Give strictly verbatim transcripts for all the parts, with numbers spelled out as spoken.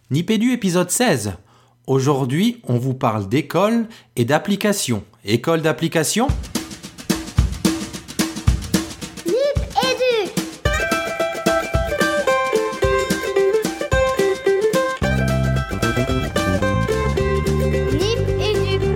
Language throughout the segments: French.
Nipédu épisode seize. Aujourd'hui, on vous parle d'école et d'application. École d'application ? Nipédu. Nipédu.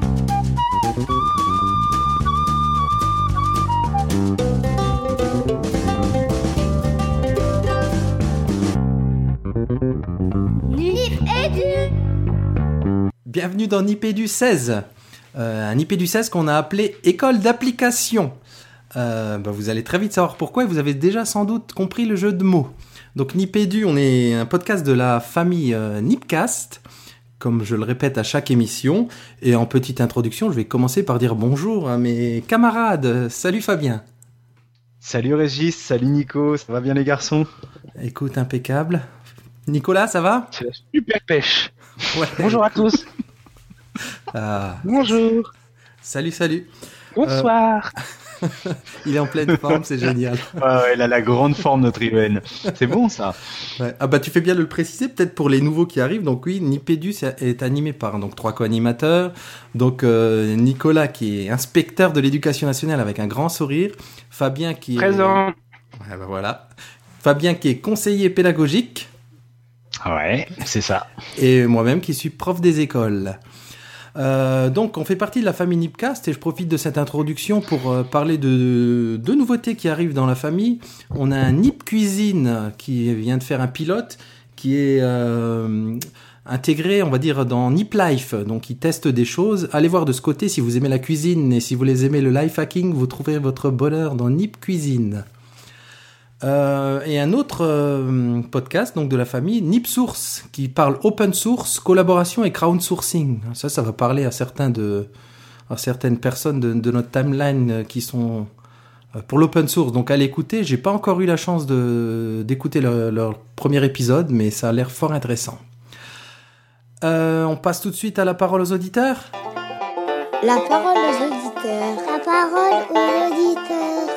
Nipédu. Bienvenue dans Nipédu seize. Euh, un Nipédu seize qu'on a appelé école d'application. Euh, bah vous allez très vite savoir pourquoi et vous avez déjà sans doute compris le jeu de mots. Donc Nipédu, on est un podcast de la famille euh, Nipcast, comme je le répète à chaque émission. Et en petite introduction, je vais commencer par dire bonjour à mes camarades. Salut Fabien. Salut Régis, salut Nico, ça va bien les garçons ? Écoute, impeccable. Nicolas, ça va ? C'est la super pêche. Ouais. Bonjour à tous. Ah, Bonjour. salut, salut. Bonsoir. Il est en pleine forme, c'est génial. Ah ouais, elle a la grande forme notre Iven. C'est bon ça ? Ouais. Ah bah tu fais bien de le préciser, peut-être pour les nouveaux qui arrivent. Donc oui, Nipédu est animé par donc trois co-animateurs. Donc euh, Nicolas qui est inspecteur de l'éducation nationale avec un grand sourire. Fabien qui Présent. est... Ouais, bah voilà. Fabien qui est conseiller pédagogique. Ouais, c'est ça. Et moi-même qui suis prof des écoles. Euh, donc on fait partie de la famille Nipcast et je profite de cette introduction pour euh, parler de deux nouveautés qui arrivent dans la famille. On a un Nip Cuisine qui vient de faire un pilote qui est euh, intégré, on va dire, dans Nip Life. Donc il teste des choses. Allez voir de ce côté si vous aimez la cuisine et si vous les aimez le life hacking, vous trouverez votre bonheur dans Nip Cuisine. Euh, et un autre euh, podcast donc de la famille Nip Source qui parle open source, collaboration et crowdsourcing. Ça, ça va parler à certains de, à certaines personnes de, de notre timeline qui sont euh, pour l'open source. Donc à l'écouter, j'ai pas encore eu la chance de d'écouter leur, leur premier épisode, mais ça a l'air fort intéressant. Euh, on passe tout de suite à la parole aux auditeurs. La parole aux auditeurs. La parole aux auditeurs.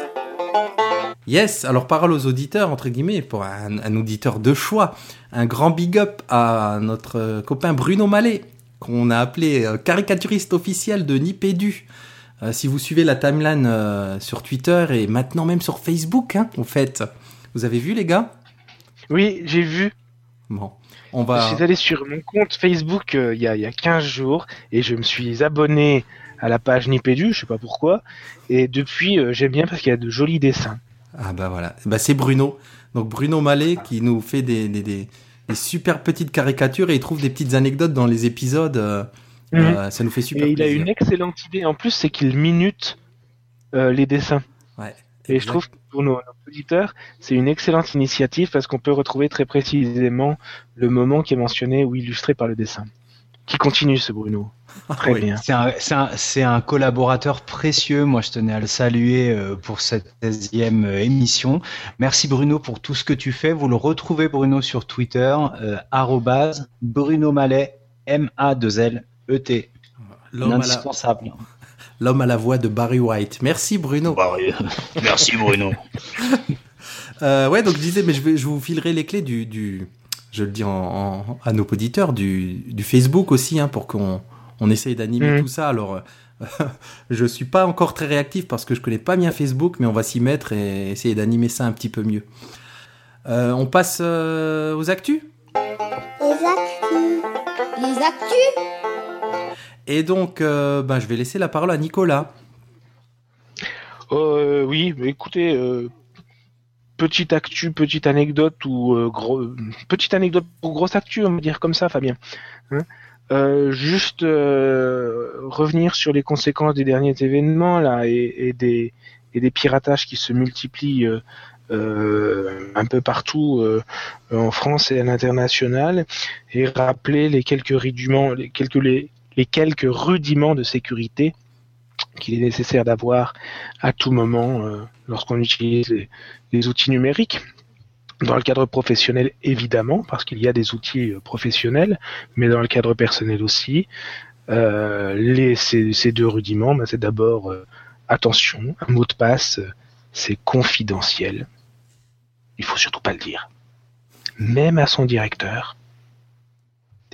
Yes, alors parole aux auditeurs, entre guillemets, pour un, un auditeur de choix. Un grand big up à notre euh, copain Bruno Mallet, qu'on a appelé euh, caricaturiste officiel de Nipédu. Euh, si vous suivez la timeline euh, sur Twitter et maintenant même sur Facebook, hein, en fait. Vous avez vu les gars ? Oui, j'ai vu. Bon, on Je va... suis allé sur mon compte Facebook euh, il y a, il y a quinze jours et je me suis abonné à la page Nipédu, je sais pas pourquoi. Et depuis, euh, j'aime bien parce qu'il y a de jolis dessins. Ah bah voilà, bah, c'est Bruno. Donc Bruno Mallet qui nous fait des, des, des, des super petites caricatures et il trouve des petites anecdotes dans les épisodes. Euh, Mhm. euh, ça nous fait super Et il a plaisir. une excellente idée en plus, c'est qu'il minute euh, les dessins. Ouais, Et exact. je trouve que pour nos, nos auditeurs, c'est une excellente initiative parce qu'on peut retrouver très précisément le moment qui est mentionné ou illustré par le dessin. Qui continue ce Bruno. Très Oui. bien. C'est un, c'est, un, c'est un collaborateur précieux, moi je tenais à le saluer euh, pour cette seizième euh, émission. Merci Bruno pour tout ce que tu fais. Vous le retrouvez Bruno sur Twitter, euh, arrobase Bruno Mallet, M A deux L E T. L'homme à, la, Indispensable. l'homme à la voix de Barry White. Merci Bruno. Merci Bruno. Euh, ouais, donc je disais, mais je, vais, je vous filerai les clés du, du je le dis en, en, à nos auditeurs, du, du Facebook aussi, hein, pour qu'on on essaye d'animer Mmh. tout ça. Alors, euh, je suis pas encore très réactif parce que je connais pas bien Facebook, mais on va s'y mettre et essayer d'animer ça un petit peu mieux. Euh, on passe euh, aux actus. Les actus. Les actus. Et donc, euh, ben, je vais laisser la parole à Nicolas. Euh, oui, mais écoutez, euh, petite actu, petite anecdote ou euh, gros, petite anecdote pour grosse actu, on va dire comme ça, Fabien. Hein euh, juste euh, revenir sur les conséquences des derniers événements là et, et des et des piratages qui se multiplient euh, euh, un peu partout euh, en France et à l'international et rappeler les quelques rudiments, les quelques les, les quelques rudiments de sécurité qu'il est nécessaire d'avoir à tout moment euh, lorsqu'on utilise les, les outils numériques. Dans le cadre professionnel, évidemment, parce qu'il y a des outils euh, professionnels, mais dans le cadre personnel aussi. Euh, les, ces, ces deux rudiments, ben, c'est d'abord euh, attention, un mot de passe, euh, c'est confidentiel. Il faut surtout pas le dire. Même à son directeur.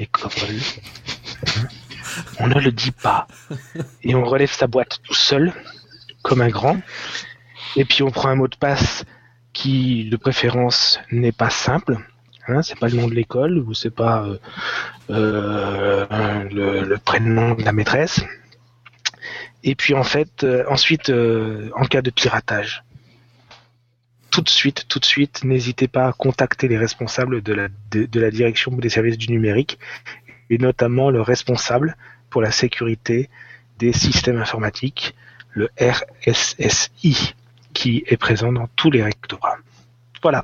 l'école, on ne le dit pas. Et on relève sa boîte tout seul, comme un grand. Et puis on prend un mot de passe qui, de préférence, n'est pas simple. Hein, c'est pas le nom de l'école ou c'est pas euh, euh, le, le prénom de la maîtresse. Et puis en fait, euh, ensuite, euh, en cas de piratage, tout de suite, tout de suite, n'hésitez pas à contacter les responsables de la, de, de la direction des services du numérique et notamment le responsable pour la sécurité des systèmes informatiques, le R S S I, qui est présent dans tous les rectorats. Voilà.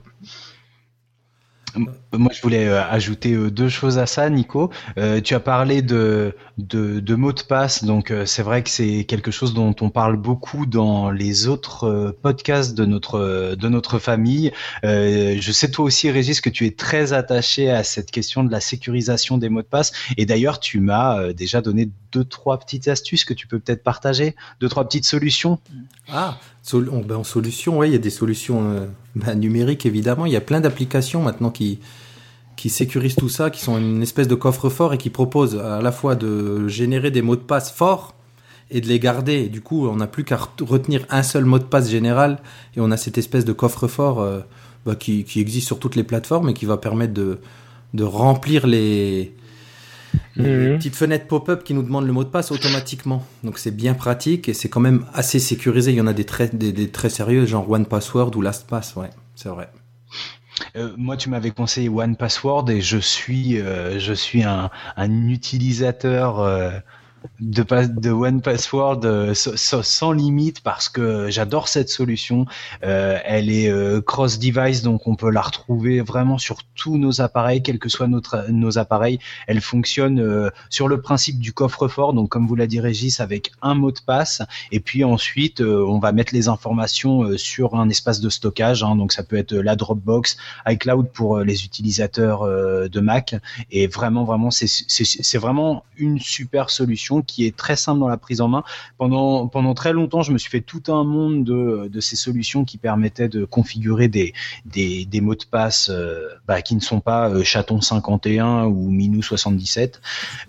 Moi, je voulais euh, ajouter euh, deux choses à ça, Nico. Euh, tu as parlé de, de, de mots de passe, donc euh, c'est vrai que c'est quelque chose dont on parle beaucoup dans les autres euh, podcasts de notre de notre famille. Euh, je sais toi aussi, Régis, que tu es très attaché à cette question de la sécurisation des mots de passe. Et d'ailleurs, tu m'as euh, déjà donné deux trois petites astuces que tu peux peut-être partager, deux trois petites solutions. Ah, sol- on, ben, en solution, ouais, il y a des solutions euh, ben, numériques évidemment. Il y a plein d'applications maintenant qui qui sécurisent tout ça, qui sont une espèce de coffre-fort et qui proposent à la fois de générer des mots de passe forts et de les garder. Et du coup, on n'a plus qu'à retenir un seul mot de passe général et on a cette espèce de coffre-fort euh, bah, qui, qui existe sur toutes les plateformes et qui va permettre de, de remplir les, les mmh. petites fenêtres pop-up qui nous demandent le mot de passe automatiquement. Donc c'est bien pratique et c'est quand même assez sécurisé. Il y en a des très, des, des très sérieux, genre one password ou LastPass, ouais, c'est vrai. Euh, moi, tu m'avais conseillé one password et je suis, euh, je suis un, un utilisateur euh, de, de one password euh, sans, sans limite parce que j'adore cette solution. Euh, elle est euh, cross-device, donc on peut la retrouver vraiment sur tous nos appareils, quels que soient notre, nos appareils. Elle fonctionne euh, sur le principe du coffre-fort, donc comme vous l'a dit Régis, avec un mot de passe. Et puis ensuite, euh, on va mettre les informations euh, sur un espace de stockage. Hein, donc ça peut être la Dropbox, iCloud pour euh, les utilisateurs euh, de Mac. Et vraiment, vraiment, c'est, c'est, c'est vraiment une super solution qui est très simple dans la prise en main. Pendant, pendant très longtemps, je me suis fait tout un monde de, de ces solutions qui permettaient de configurer des, des, des mots de passe euh, bah, qui ne sont pas euh, chaton cinquante et un ou minou soixante-dix-sept.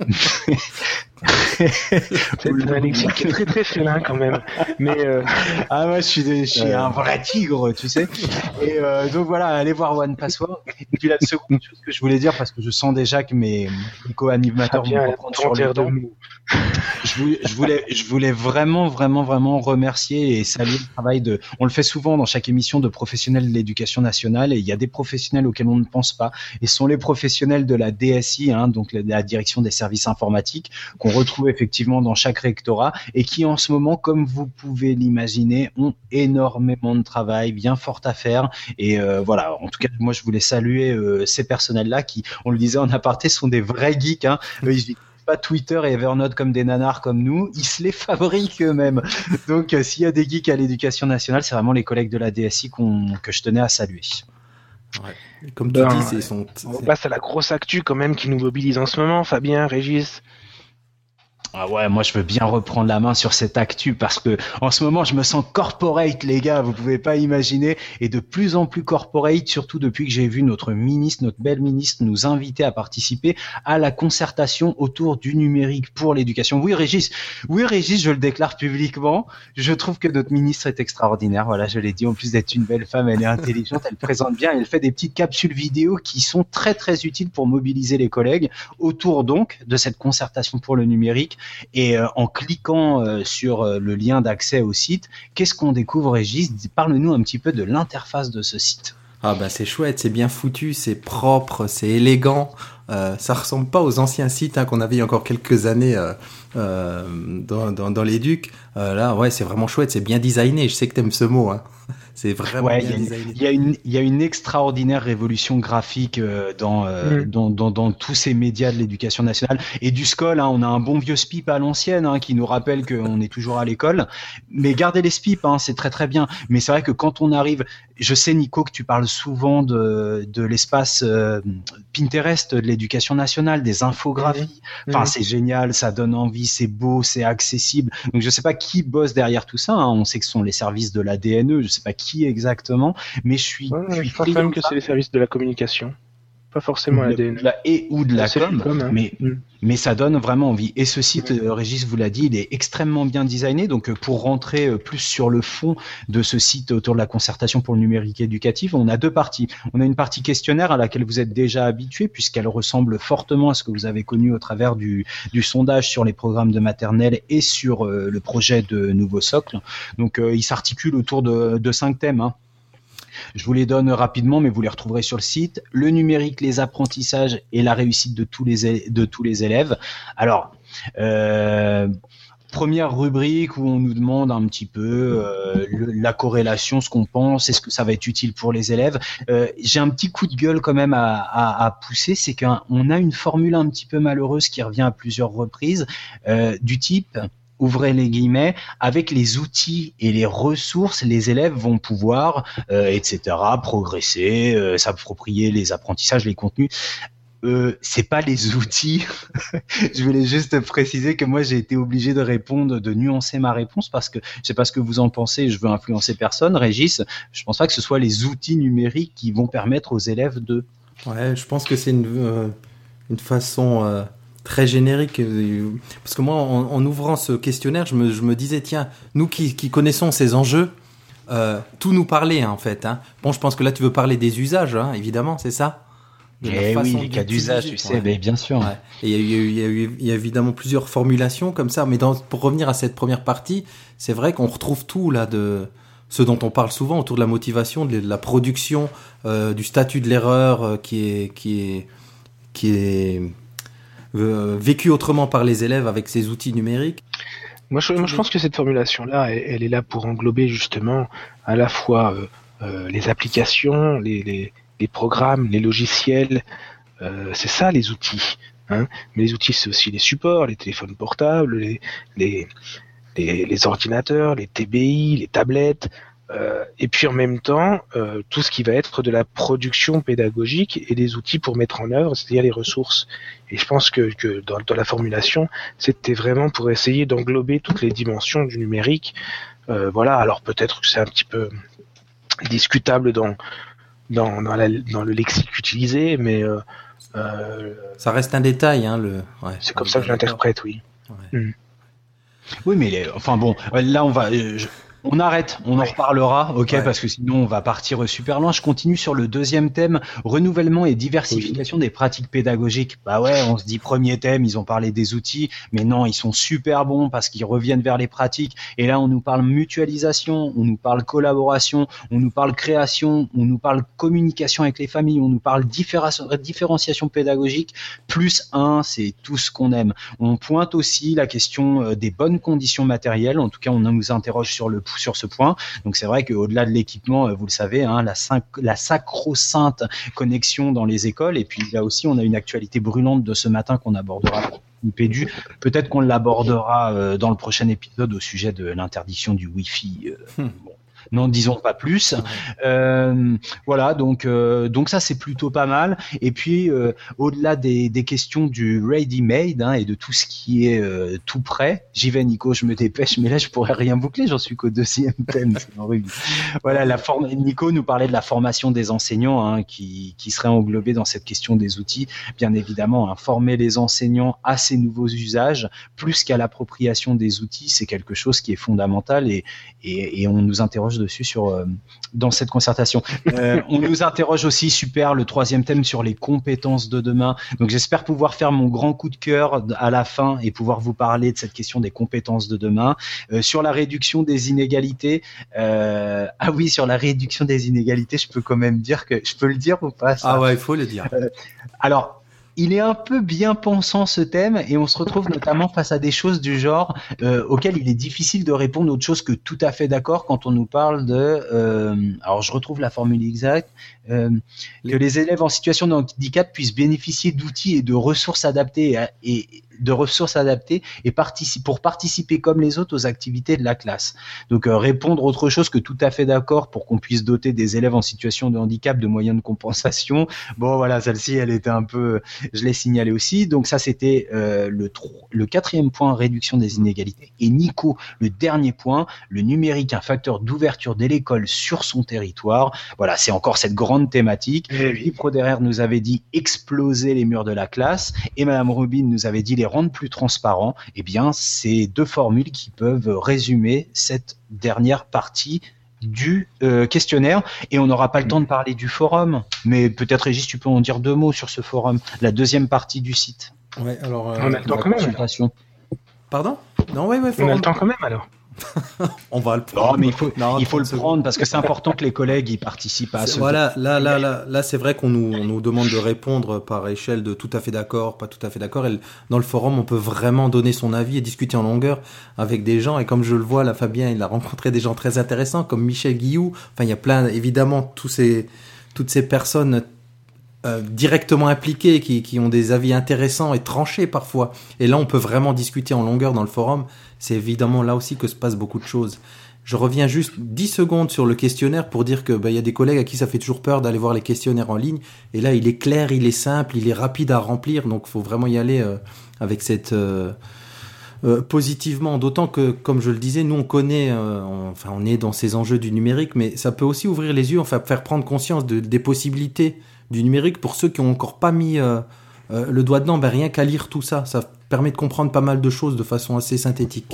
C'est un lexique qui est très très félin quand même. Mais euh... ah moi je suis, des, je suis euh... un vrai tigre, tu sais. Et euh, donc voilà, allez voir one password. Et puis la seconde chose que je voulais dire, parce que je sens déjà que mes, mes co-animateurs vont reprendre sur le temps. Je voulais, je voulais, je voulais vraiment, vraiment, vraiment remercier et saluer le travail de. On le fait souvent dans chaque émission de professionnels de l'éducation nationale, et il y a des professionnels auxquels on ne pense pas, et ce sont les professionnels de la D S I, hein, donc la, la direction des services informatiques, qu'on retrouve effectivement dans chaque rectorat, et qui en ce moment, comme vous pouvez l'imaginer, ont énormément de travail, bien fort à faire. Et euh, voilà, en tout cas, moi, je voulais saluer euh, ces personnels-là qui, on le disait en aparté, sont des vrais geeks. Hein. Eux, ils pas Twitter et Evernote comme des nanars comme nous, ils se les fabriquent eux-mêmes. Donc euh, s'il y a des geeks à l'éducation nationale, c'est vraiment les collègues de la D S I qu'on, que je tenais à saluer. Ouais. Comme tu ben, dis, c'est son... on passe à la grosse actu quand même qui nous mobilise en ce moment, Fabien, Régis. Ah ouais, moi je veux bien reprendre la main sur cette actu parce que en ce moment je me sens corporate, les gars, vous pouvez pas imaginer, et de plus en plus corporate, surtout depuis que j'ai vu notre ministre, notre belle ministre nous inviter à participer à la concertation autour du numérique pour l'éducation. Oui Régis, oui Régis, je le déclare publiquement, je trouve que notre ministre est extraordinaire, voilà, je l'ai dit, en plus d'être une belle femme, elle est intelligente, elle présente bien, elle fait des petites capsules vidéo qui sont très très utiles pour mobiliser les collègues autour donc de cette concertation pour le numérique. Et euh, en cliquant euh, sur euh, le lien d'accès au site, qu'est-ce qu'on découvre, Régis ? Parle-nous un petit peu de l'interface de ce site. Ah bah c'est chouette, c'est bien foutu, c'est propre, c'est élégant. Euh, ça ressemble pas aux anciens sites hein, qu'on avait il y a encore quelques années euh, euh, dans, dans, dans l'éduc. Euh, là, ouais, c'est vraiment chouette, c'est bien designé. Je sais que t'aimes ce mot. Hein. C'est vraiment ouais, bien y a, designé. Il y a une, il y a une extraordinaire révolution graphique euh, dans, euh, mmh. dans, dans, dans tous ces médias de l'éducation nationale et du SCOL. Hein, on a un bon vieux S P I P à l'ancienne hein, qui nous rappelle qu'on est toujours à l'école. Mais gardez les S P I P, hein, c'est très très bien. Mais c'est vrai que quand on arrive, je sais Nico que tu parles souvent de, de l'espace euh, Pinterest de l'éducation nationale, des infographies. Mmh. Enfin, mmh. c'est génial, ça donne envie, c'est beau, c'est accessible. Donc je sais pas qui bosse derrière tout ça. Hein. On sait que ce sont les services de l'A D N E. Je sais pas qui exactement, mais je suis. Ouais, je, je pense même que c'est les services de la communication. pas forcément de, l'A D N. de la et ou de la C'est com, la com, hein. mais Mm. mais ça donne vraiment envie. Et ce site, euh, Régis vous l'a dit, il est extrêmement bien designé. Donc, euh, pour rentrer euh, plus sur le fond de ce site autour de la concertation pour le numérique éducatif, on a deux parties. On a une partie questionnaire à laquelle vous êtes déjà habitués, puisqu'elle ressemble fortement à ce que vous avez connu au travers du, du sondage sur les programmes de maternelle et sur euh, le projet de Nouveau Socle. Donc, euh, il s'articule autour de, de cinq thèmes, hein. Je vous les donne rapidement, mais vous les retrouverez sur le site. Le numérique, les apprentissages et la réussite de tous les, de tous les élèves. Alors, euh, première rubrique où on nous demande un petit peu euh, le, la corrélation, ce qu'on pense, est-ce que ça va être utile pour les élèves. Euh, j'ai un petit coup de gueule quand même à, à, à pousser, c'est qu'on a une formule un petit peu malheureuse qui revient à plusieurs reprises, euh, du type... ouvrez les guillemets, avec les outils et les ressources, les élèves vont pouvoir, euh, et cetera, progresser, euh, s'approprier les apprentissages, les contenus. Euh, c'est pas les outils. Je voulais juste préciser que moi j'ai été obligé de répondre, de nuancer ma réponse parce que je sais pas ce que vous en pensez. Je veux influencer personne, Régis. Je pense pas que ce soit les outils numériques qui vont permettre aux élèves de. Ouais, je pense que c'est une euh, une façon. Euh... très générique, parce que moi, en, en ouvrant ce questionnaire, je me, je me disais, tiens, nous qui, qui connaissons ces enjeux, euh, tout nous parlait, hein, en fait. Hein. Bon, je pense que là, tu veux parler des usages, hein, évidemment, c'est ça? De eh oui, les cas d'usage, tu sais, ouais. Mais bien sûr. Ouais. Et il y a eu, il y a eu, il y a évidemment plusieurs formulations comme ça, mais dans, pour revenir à cette première partie, c'est vrai qu'on retrouve tout, là, de ce dont on parle souvent, autour de la motivation, de la production, euh, du statut de l'erreur, euh, qui est... qui est, qui est Euh, vécu autrement par les élèves avec ces outils numériques. Moi, je, moi, je pense que cette formulation-là, elle, elle est là pour englober justement à la fois euh, euh, les applications, les, les, les programmes, les logiciels. Euh, c'est ça les outils. Hein. Mais les outils, c'est aussi les supports, les téléphones portables, les, les, les, les ordinateurs, les T B I, les tablettes. Euh, et puis en même temps, euh, tout ce qui va être de la production pédagogique et des outils pour mettre en œuvre, c'est-à-dire les ressources. Et je pense que, que dans, dans la formulation, c'était vraiment pour essayer d'englober toutes les dimensions du numérique. Euh, voilà, alors peut-être que c'est un petit peu discutable dans, dans, dans, la, dans le lexique utilisé, mais... Euh, euh, ça reste un détail, hein, le... Ouais, c'est comme ça que je l'interprète, oui. Ouais. Mmh. Oui, mais les, enfin bon, là on va... Je... On arrête, on en reparlera, ok, ouais. Parce que sinon on va partir super loin. Je continue sur le deuxième thème, renouvellement et diversification oui. des pratiques pédagogiques. Bah ouais, on se dit premier thème, ils ont parlé des outils, mais non, ils sont super bons parce qu'ils reviennent vers les pratiques. Et là, on nous parle mutualisation, on nous parle collaboration, on nous parle création, on nous parle communication avec les familles, on nous parle différenciation pédagogique. Plus un, c'est tout ce qu'on aime. On pointe aussi la question des bonnes conditions matérielles. En tout cas, on nous interroge sur le sur ce point. Donc c'est vrai qu'au-delà de l'équipement, vous le savez, hein, la, cinq, la sacro-sainte connexion dans les écoles. Et puis là aussi, on a une actualité brûlante de ce matin qu'on abordera. Pédu. Peut-être qu'on l'abordera euh, dans le prochain épisode au sujet de l'interdiction du Wi-Fi. Euh, hmm. Bon. N'en disons pas plus. Euh, voilà, donc euh, donc ça c'est plutôt pas mal. Et puis euh, au-delà des, des questions du ready-made hein, et de tout ce qui est euh, tout prêt, j'y vais Nico, je me dépêche, mais là je pourrais rien boucler, j'en suis qu'au deuxième thème. C'est horrible. Voilà, la forme. Nico nous parlait de la formation des enseignants hein, qui qui serait englobée dans cette question des outils. Bien évidemment, hein, former les enseignants à ces nouveaux usages, plus qu'à l'appropriation des outils, c'est quelque chose qui est fondamental et et, et on nous interroge dessus sur euh, dans cette concertation. Euh, on nous interroge aussi, super, le troisième thème sur les compétences de demain. Donc j'espère pouvoir faire mon grand coup de cœur à la fin et pouvoir vous parler de cette question des compétences de demain. Euh, sur la réduction des inégalités, euh, ah oui, sur la réduction des inégalités, je peux quand même dire que je peux le dire ou pas ça? Ah ouais, il faut le dire. Euh, alors. Il est un peu bien pensant ce thème et on se retrouve notamment face à des choses du genre euh, auxquelles il est difficile de répondre autre chose que tout à fait d'accord quand on nous parle de... Euh, alors je retrouve la formule exacte. Euh, que les élèves en situation de handicap puissent bénéficier d'outils et de ressources adaptées et, et de ressources adaptées et partici- pour participer comme les autres aux activités de la classe. Donc euh, répondre autre chose que tout à fait d'accord pour qu'on puisse doter des élèves en situation de handicap de moyens de compensation. Bon voilà, celle-ci elle était un peu, je l'ai signalé aussi. Donc ça c'était euh, le tro- le quatrième point, réduction des inégalités. Et Nico, le dernier point, le numérique, un facteur d'ouverture de l'école sur son territoire. Voilà, c'est encore cette grande thématique. Guy Proderer nous avait dit exploser les murs de la classe et Madame Robin nous avait dit les rendre plus transparents. Eh bien, c'est deux formules qui peuvent résumer cette dernière partie du euh, questionnaire et on n'aura pas le temps de parler du forum, mais peut-être Régis, tu peux en dire deux mots sur ce forum, la deuxième partie du site. Ouais, alors. Euh, on a le temps quand même. Pardon ? Non, ouais, ouais. On a le temps quand même alors. On va le prendre. Non, mais il faut, non, il faut le prendre parce que c'est important que les collègues y participent à ce. Voilà, là, là, là, là, c'est vrai qu'on nous, on nous demande de répondre par échelle de tout à fait d'accord, pas tout à fait d'accord. Et dans le forum, on peut vraiment donner son avis et discuter en longueur avec des gens. Et comme je le vois, là, Fabien, il a rencontré des gens très intéressants comme Michel Guillou. Enfin, il y a plein, évidemment, tous ces, toutes ces personnes euh, directement impliquées qui, qui ont des avis intéressants et tranchés parfois. Et là, on peut vraiment discuter en longueur dans le forum. C'est évidemment là aussi que se passent beaucoup de choses. Je reviens juste dix secondes sur le questionnaire pour dire que bah, y a des collègues à qui ça fait toujours peur d'aller voir les questionnaires en ligne. Et là, il est clair, il est simple, il est rapide à remplir. Donc, il faut vraiment y aller euh, avec cette... Euh, euh, positivement. D'autant que, comme je le disais, nous, on connaît... Euh, on, enfin, on est dans ces enjeux du numérique, mais ça peut aussi ouvrir les yeux, enfin, faire prendre conscience de, des possibilités du numérique pour ceux qui n'ont encore pas mis euh, euh, le doigt dedans. Ben, rien qu'à lire tout ça, ça permet de comprendre pas mal de choses de façon assez synthétique.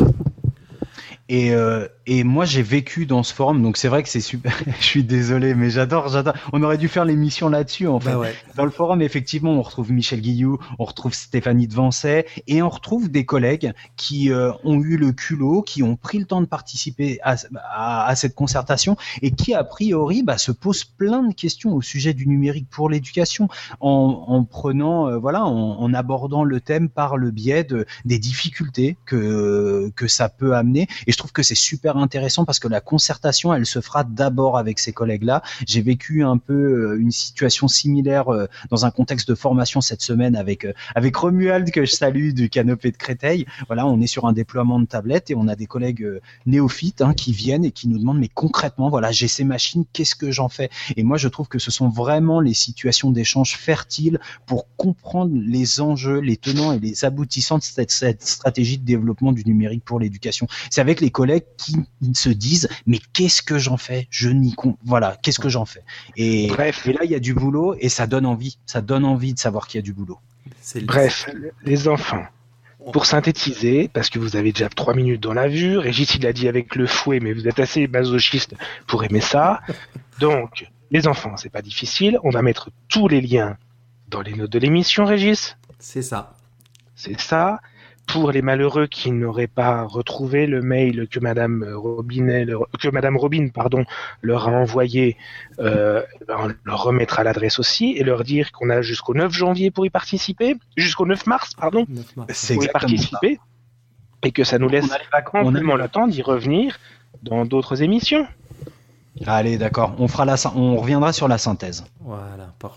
Et, euh, et moi j'ai vécu dans ce forum, donc c'est vrai que c'est super. Je suis désolé, mais j'adore, j'adore. On aurait dû faire l'émission là-dessus en fait. Bah ouais. Dans le forum, effectivement, on retrouve Michel Guillou, on retrouve Stéphanie Devancet, et on retrouve des collègues qui euh, ont eu le culot, qui ont pris le temps de participer à, à, à cette concertation et qui a priori bah, se posent plein de questions au sujet du numérique pour l'éducation, en, en prenant, euh, voilà, en, en abordant le thème par le biais de, des difficultés que que ça peut amener. Et je trouve que c'est super intéressant parce que la concertation, elle se fera d'abord avec ces collègues-là. J'ai vécu un peu une situation similaire dans un contexte de formation cette semaine avec avec Romuald que je salue du Canopé de Créteil. Voilà, on est sur un déploiement de tablettes et on a des collègues néophytes hein, qui viennent et qui nous demandent mais concrètement, voilà, j'ai ces machines, qu'est-ce que j'en fais ? Et moi, je trouve que ce sont vraiment les situations d'échange fertiles pour comprendre les enjeux, les tenants et les aboutissants de cette, cette stratégie de développement du numérique pour l'éducation. C'est avec les collègues qui se disent mais qu'est-ce que j'en fais ? Je n'y con... voilà, qu'est-ce que j'en fais ? Et, Bref. et là il y a du boulot et ça donne envie, ça donne envie de savoir qu'il y a du boulot. C'est le... Bref, les enfants. Pour synthétiser, parce que vous avez déjà trois minutes dans la vue, Régis il a dit avec le fouet, mais vous êtes assez masochiste pour aimer ça. Donc, les enfants, c'est pas difficile. On va mettre tous les liens dans les notes de l'émission, Régis. C'est ça. C'est ça. Pour les malheureux qui n'auraient pas retrouvé le mail que Madame Robin, que Madame Robin, pardon, leur a envoyé, euh, on leur remettra l'adresse aussi et leur dire qu'on a jusqu'au neuf janvier pour y participer, jusqu'au neuf mars, pardon, neuf mars. C'est pour y exactement participer, et que ça nous laisse On a les vacances, amplement on a- le temps d'y revenir dans d'autres émissions. ça. Allez, d'accord, on fera la, syn- on reviendra sur la synthèse. Voilà, parfait.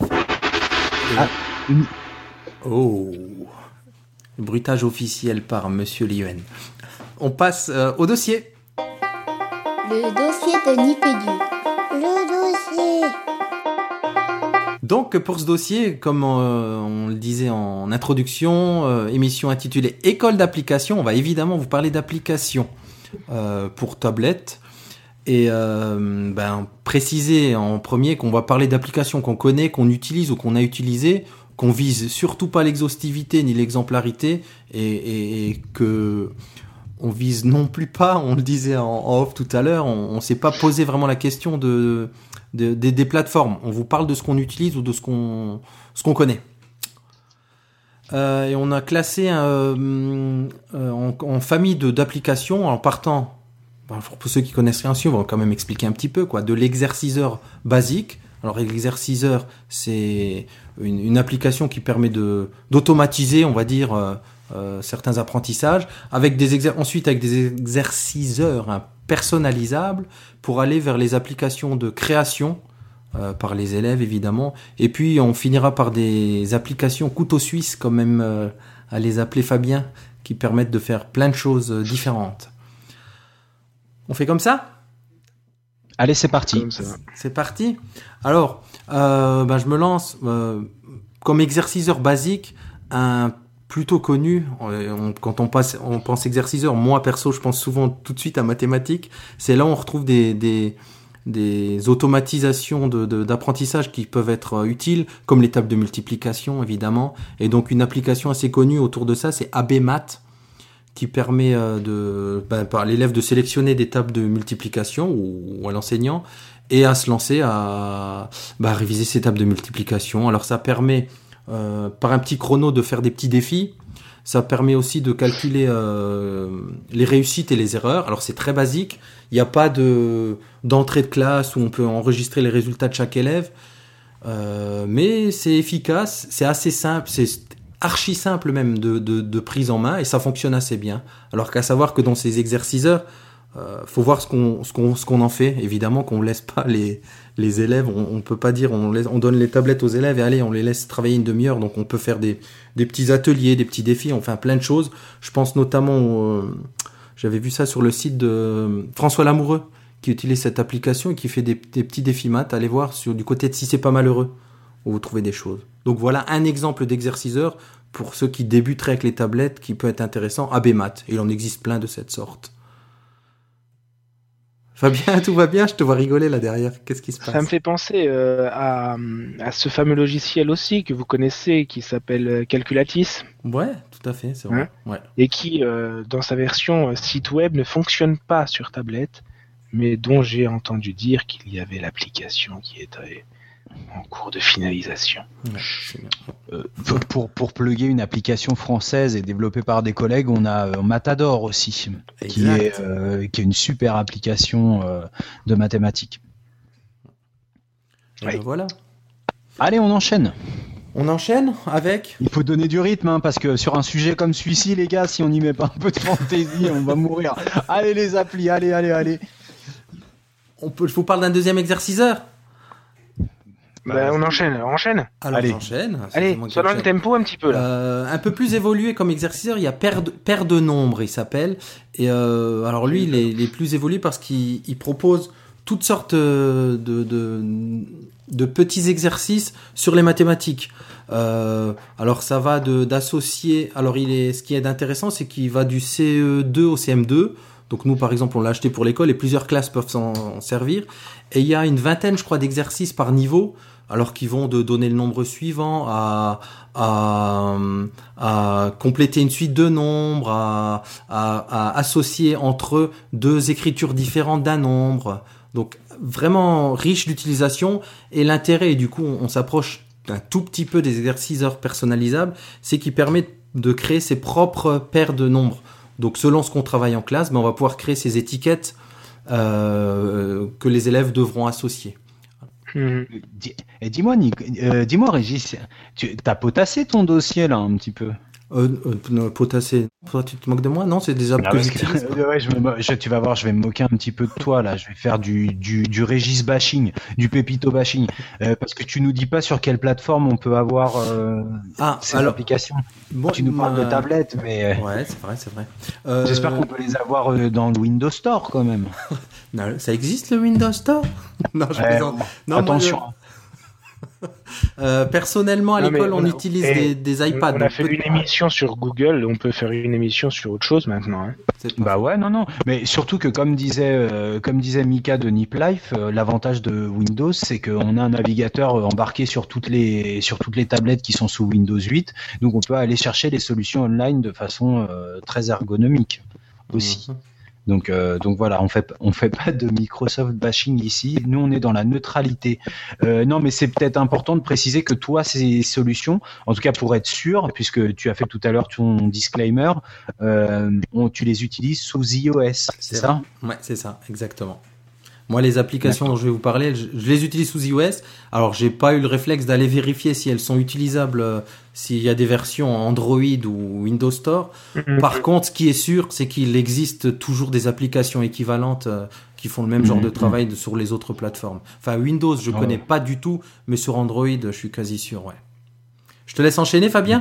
Ah, une- Oh, bruitage officiel par Monsieur Lien. On passe euh, au dossier. Le dossier de Nipédu. Le dossier. Donc pour ce dossier, comme euh, on le disait en introduction, euh, émission intitulée École d'application, on va évidemment vous parler d'applications euh, pour tablette. Et euh, ben, préciser en premier qu'on va parler d'applications qu'on connaît, qu'on utilise ou qu'on a utilisées, qu'on vise surtout pas l'exhaustivité ni l'exemplarité, et, et, et que on vise non plus pas, on le disait en, en off tout à l'heure, on, on s'est pas posé vraiment la question de, de, de des plateformes. On vous parle de ce qu'on utilise ou de ce qu'on ce qu'on connaît. Euh, et on a classé euh, euh, en, en famille de d'applications en partant. Pour ceux qui connaissent rien dessus, on va quand même expliquer un petit peu quoi. De l'exerciceur basique. Alors l'exerciceur, c'est une, une application qui permet de d'automatiser, on va dire, euh, euh, certains apprentissages, avec des exer- ensuite avec des exerciceurs hein, personnalisables pour aller vers les applications de création euh, par les élèves évidemment. Et puis on finira par des applications couteau suisse quand même euh, à les appeler Fabien, qui permettent de faire plein de choses différentes. On fait comme ça ? Allez, c'est parti. Comme ça. C'est parti. Alors, euh, ben, je me lance. Euh, comme exerciceur basique, un plutôt connu, on, quand on, passe, on pense exerciceur, moi perso, je pense souvent tout de suite à mathématiques. C'est là où on retrouve des, des, des automatisations de, de, d'apprentissage qui peuvent être utiles, comme les tables de multiplication, évidemment. Et donc, une application assez connue autour de ça, c'est A B Math, qui permet euh, de, ben, par l'élève de sélectionner des tables de multiplication ou, ou à l'enseignant et à se lancer à ben, réviser ces tables de multiplication. Alors ça permet euh, par un petit chrono de faire des petits défis. Ça permet aussi de calculer euh, les réussites et les erreurs. Alors c'est très basique. Il n'y a pas de d'entrée de classe où on peut enregistrer les résultats de chaque élève. Euh, mais c'est efficace, c'est assez simple, c'est archi simple même de, de, de prise en main et ça fonctionne assez bien. Alors qu'à savoir que dans ces exerciceurs, euh, faut voir ce qu'on, ce qu'on, ce qu'on en fait. Évidemment qu'on laisse pas les, les élèves, on, on peut pas dire on, laisse, on donne les tablettes aux élèves et allez, on les laisse travailler une demi-heure. Donc on peut faire des, des petits ateliers, des petits défis, on fait plein de choses. Je pense notamment, euh, j'avais vu ça sur le site de François Lamoureux qui utilise cette application et qui fait des, des petits défis maths. Allez voir sur, du côté de Si c'est pas malheureux, où vous trouvez des choses. Donc voilà un exemple d'exerciceur pour ceux qui débuteraient avec les tablettes qui peut être intéressant, A B Math. Et il en existe plein de cette sorte. Fabien, tout va bien? Je te vois rigoler là derrière. Qu'est-ce qui se passe? Ça me fait penser euh, à, à ce fameux logiciel aussi que vous connaissez qui s'appelle Calculatis. Ouais, tout à fait, c'est vrai. Hein ouais. Et qui, euh, dans sa version euh, site web, ne fonctionne pas sur tablette, mais dont j'ai entendu dire qu'il y avait l'application qui était en cours de finalisation. Ouais, c'est bien. Euh, pour, pour plugger une application française et développée par des collègues, on a euh, Matador aussi, qui est, euh, qui est une super application euh, de mathématiques. Et ouais. Ben voilà. Allez, on enchaîne. On enchaîne avec... Il faut donner du rythme, hein, parce que sur un sujet comme celui-ci, les gars, si on n'y met pas un peu de fantaisie, on va mourir. Allez les applis, allez, allez, allez. On peut, je vous parle d'un deuxième exerciceur. Bah, on enchaîne, on enchaîne. Alors Allez. j'enchaîne. Allez, sois dans le tempo un petit peu là. Euh, un peu plus évolué comme exerciceur, il y a paire de, paire de nombres, il s'appelle. Et euh, alors lui, il est, il est plus évolué parce qu'il il propose toutes sortes de, de, de petits exercices sur les mathématiques. Euh, alors ça va de, d'associer. Alors il est, ce qui est intéressant, c'est qu'il va du C E deux au C M deux. Donc nous, par exemple, on l'a acheté pour l'école et plusieurs classes peuvent s'en servir. Et il y a une vingtaine, je crois, d'exercices par niveau. Alors qu'ils vont de donner le nombre suivant à, à, à compléter une suite de nombres, à, à, à associer entre eux deux écritures différentes d'un nombre. Donc vraiment riche d'utilisation. Et l'intérêt, et du coup on, on s'approche un tout petit peu des exerciceurs personnalisables, c'est qu'ils permettent de créer ses propres paires de nombres. Donc selon ce qu'on travaille en classe, ben, on va pouvoir créer ces étiquettes euh, que les élèves devront associer. Mmh. Et dis-moi, Nick, euh, dis-moi, Régis, tu as potassé ton dossier là un petit peu? Euh, euh, potassé. Toi, tu te moques de moi? Non, c'est des apps ah, que j'utilise. Que, ouais, je me, je, tu vas voir, je vais me moquer un petit peu de toi là. Je vais faire du du, du Régis bashing, du Pépito bashing, euh, parce que tu nous dis pas sur quelle plateforme on peut avoir euh, ah, ces alors, applications. Bon, tu nous parles euh, de tablettes, mais ouais, c'est vrai, c'est vrai. Euh... J'espère qu'on peut les avoir dans le Windows Store quand même. Non, ça existe le Windows Store? Non, je ouais, bon, non, attention. Moi, Euh, personnellement, à non, l'école, on, on a, utilise des, des iPads. On a fait une émission sur Google, on peut faire une émission sur autre chose maintenant. Hein. Bah ouais, non, non. Mais surtout que comme disait, euh, comme disait Mika de Nip Life, euh, l'avantage de Windows, c'est qu'on a un navigateur embarqué sur toutes les sur toutes les tablettes qui sont sous Windows huit, donc on peut aller chercher les solutions online de façon euh, très ergonomique aussi. Mmh. Donc, euh, donc voilà, on fait on fait pas de Microsoft bashing ici. Nous, on est dans la neutralité. Euh, non, mais c'est peut-être important de préciser que toi, ces solutions, en tout cas pour être sûr, puisque tu as fait tout à l'heure ton disclaimer, euh, on, tu les utilises sous iOS, c'est, c'est ça? Ouais, c'est ça, exactement. Moi, les applications D'accord. dont je vais vous parler, je, je les utilise sous iOS. Alors, j'ai pas eu le réflexe d'aller vérifier si elles sont utilisables, euh, s'il y a des versions Android ou Windows Store. Mm-hmm. Par contre, ce qui est sûr, c'est qu'il existe toujours des applications équivalentes euh, qui font le même mm-hmm. genre de travail de, sur les autres plateformes. Enfin, Windows, je oh. connais pas du tout, mais sur Android, je suis quasi sûr, ouais. Je te laisse enchaîner, Fabien?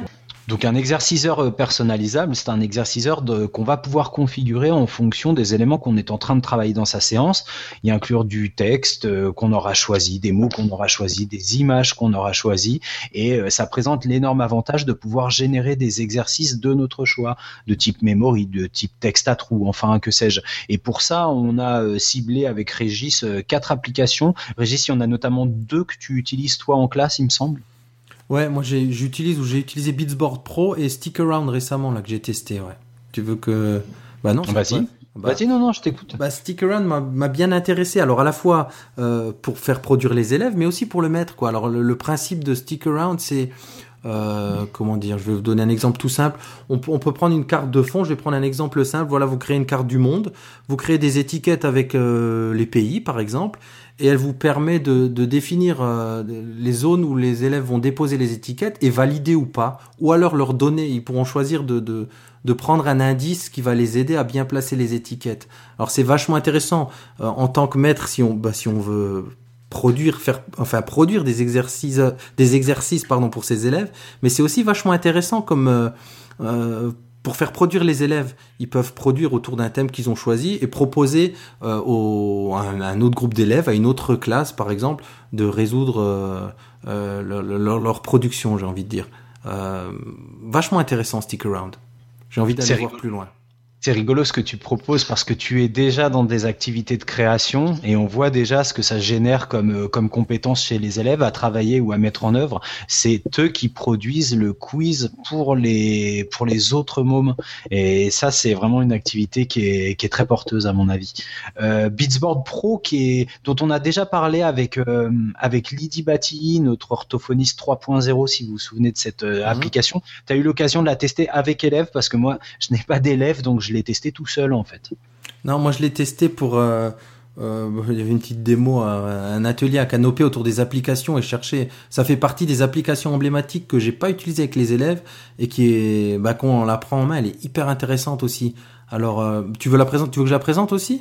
Donc un exerciceur personnalisable, c'est un exerciceur de, qu'on va pouvoir configurer en fonction des éléments qu'on est en train de travailler dans sa séance, y inclure du texte euh, qu'on aura choisi, des mots qu'on aura choisi, des images qu'on aura choisi, et euh, ça présente l'énorme avantage de pouvoir générer des exercices de notre choix, de type memory, de type texte à trous, enfin que sais-je. Et pour ça, on a euh, ciblé avec Régis euh, quatre applications. Régis, il y en a notamment deux que tu utilises toi en classe, il me semble. Ouais, moi j'ai, j'utilise ou j'ai utilisé Beatsboard Pro et Stickaround récemment là que j'ai testé. Ouais. Tu veux que bah non. Vas-y. Ouais. Bah, Vas-y, non non, je t'écoute. Bah Stickaround m'a, m'a bien intéressé. Alors à la fois euh, pour faire produire les élèves, mais aussi pour le maître quoi. Alors le, le principe de Stickaround, c'est euh, comment dire, je vais vous donner un exemple tout simple. On, on peut prendre une carte de fond. Je vais prendre un exemple simple. Voilà, vous créez une carte du monde. Vous créez des étiquettes avec euh, les pays par exemple. Et elle vous permet de, de définir euh, les zones où les élèves vont déposer les étiquettes et valider ou pas, ou alors leur donner, ils pourront choisir de, de, de prendre un indice qui va les aider à bien placer les étiquettes. Alors c'est vachement intéressant euh, en tant que maître si on, bah, si on veut produire, faire, enfin produire des exercices, des exercices pardon pour ses élèves, mais c'est aussi vachement intéressant comme euh, euh, pour faire produire les élèves, ils peuvent produire autour d'un thème qu'ils ont choisi et proposer euh, au, à un, à un autre groupe d'élèves, à une autre classe par exemple, de résoudre euh, euh, leur, leur, leur production, j'ai envie de dire. Euh, vachement intéressant, Stickaround. J'ai envie d'aller voir plus loin. C'est rigolo ce que tu proposes parce que tu es déjà dans des activités de création et on voit déjà ce que ça génère comme comme compétences chez les élèves à travailler ou à mettre en œuvre. C'est eux qui produisent le quiz pour les pour les autres mômes et ça c'est vraiment une activité qui est qui est très porteuse à mon avis. Euh, Beatsboard Pro qui est dont on a déjà parlé avec euh, avec Lydie Battilly, notre orthophoniste trois point zéro si vous vous souvenez de cette euh, mmh. application. Tu as eu l'occasion de la tester avec élèves parce que moi je n'ai pas d'élèves donc je l'ai testé tout seul en fait. Non, moi je l'ai testé pour euh, euh, il y avait une petite démo, un atelier à Canopée autour des applications et je cherchais, ça fait partie des applications emblématiques que j'ai pas utilisées avec les élèves et qui est, bah quand on la prend en main, elle est hyper intéressante aussi. Alors euh, tu veux la présenter, tu veux que je la présente aussi?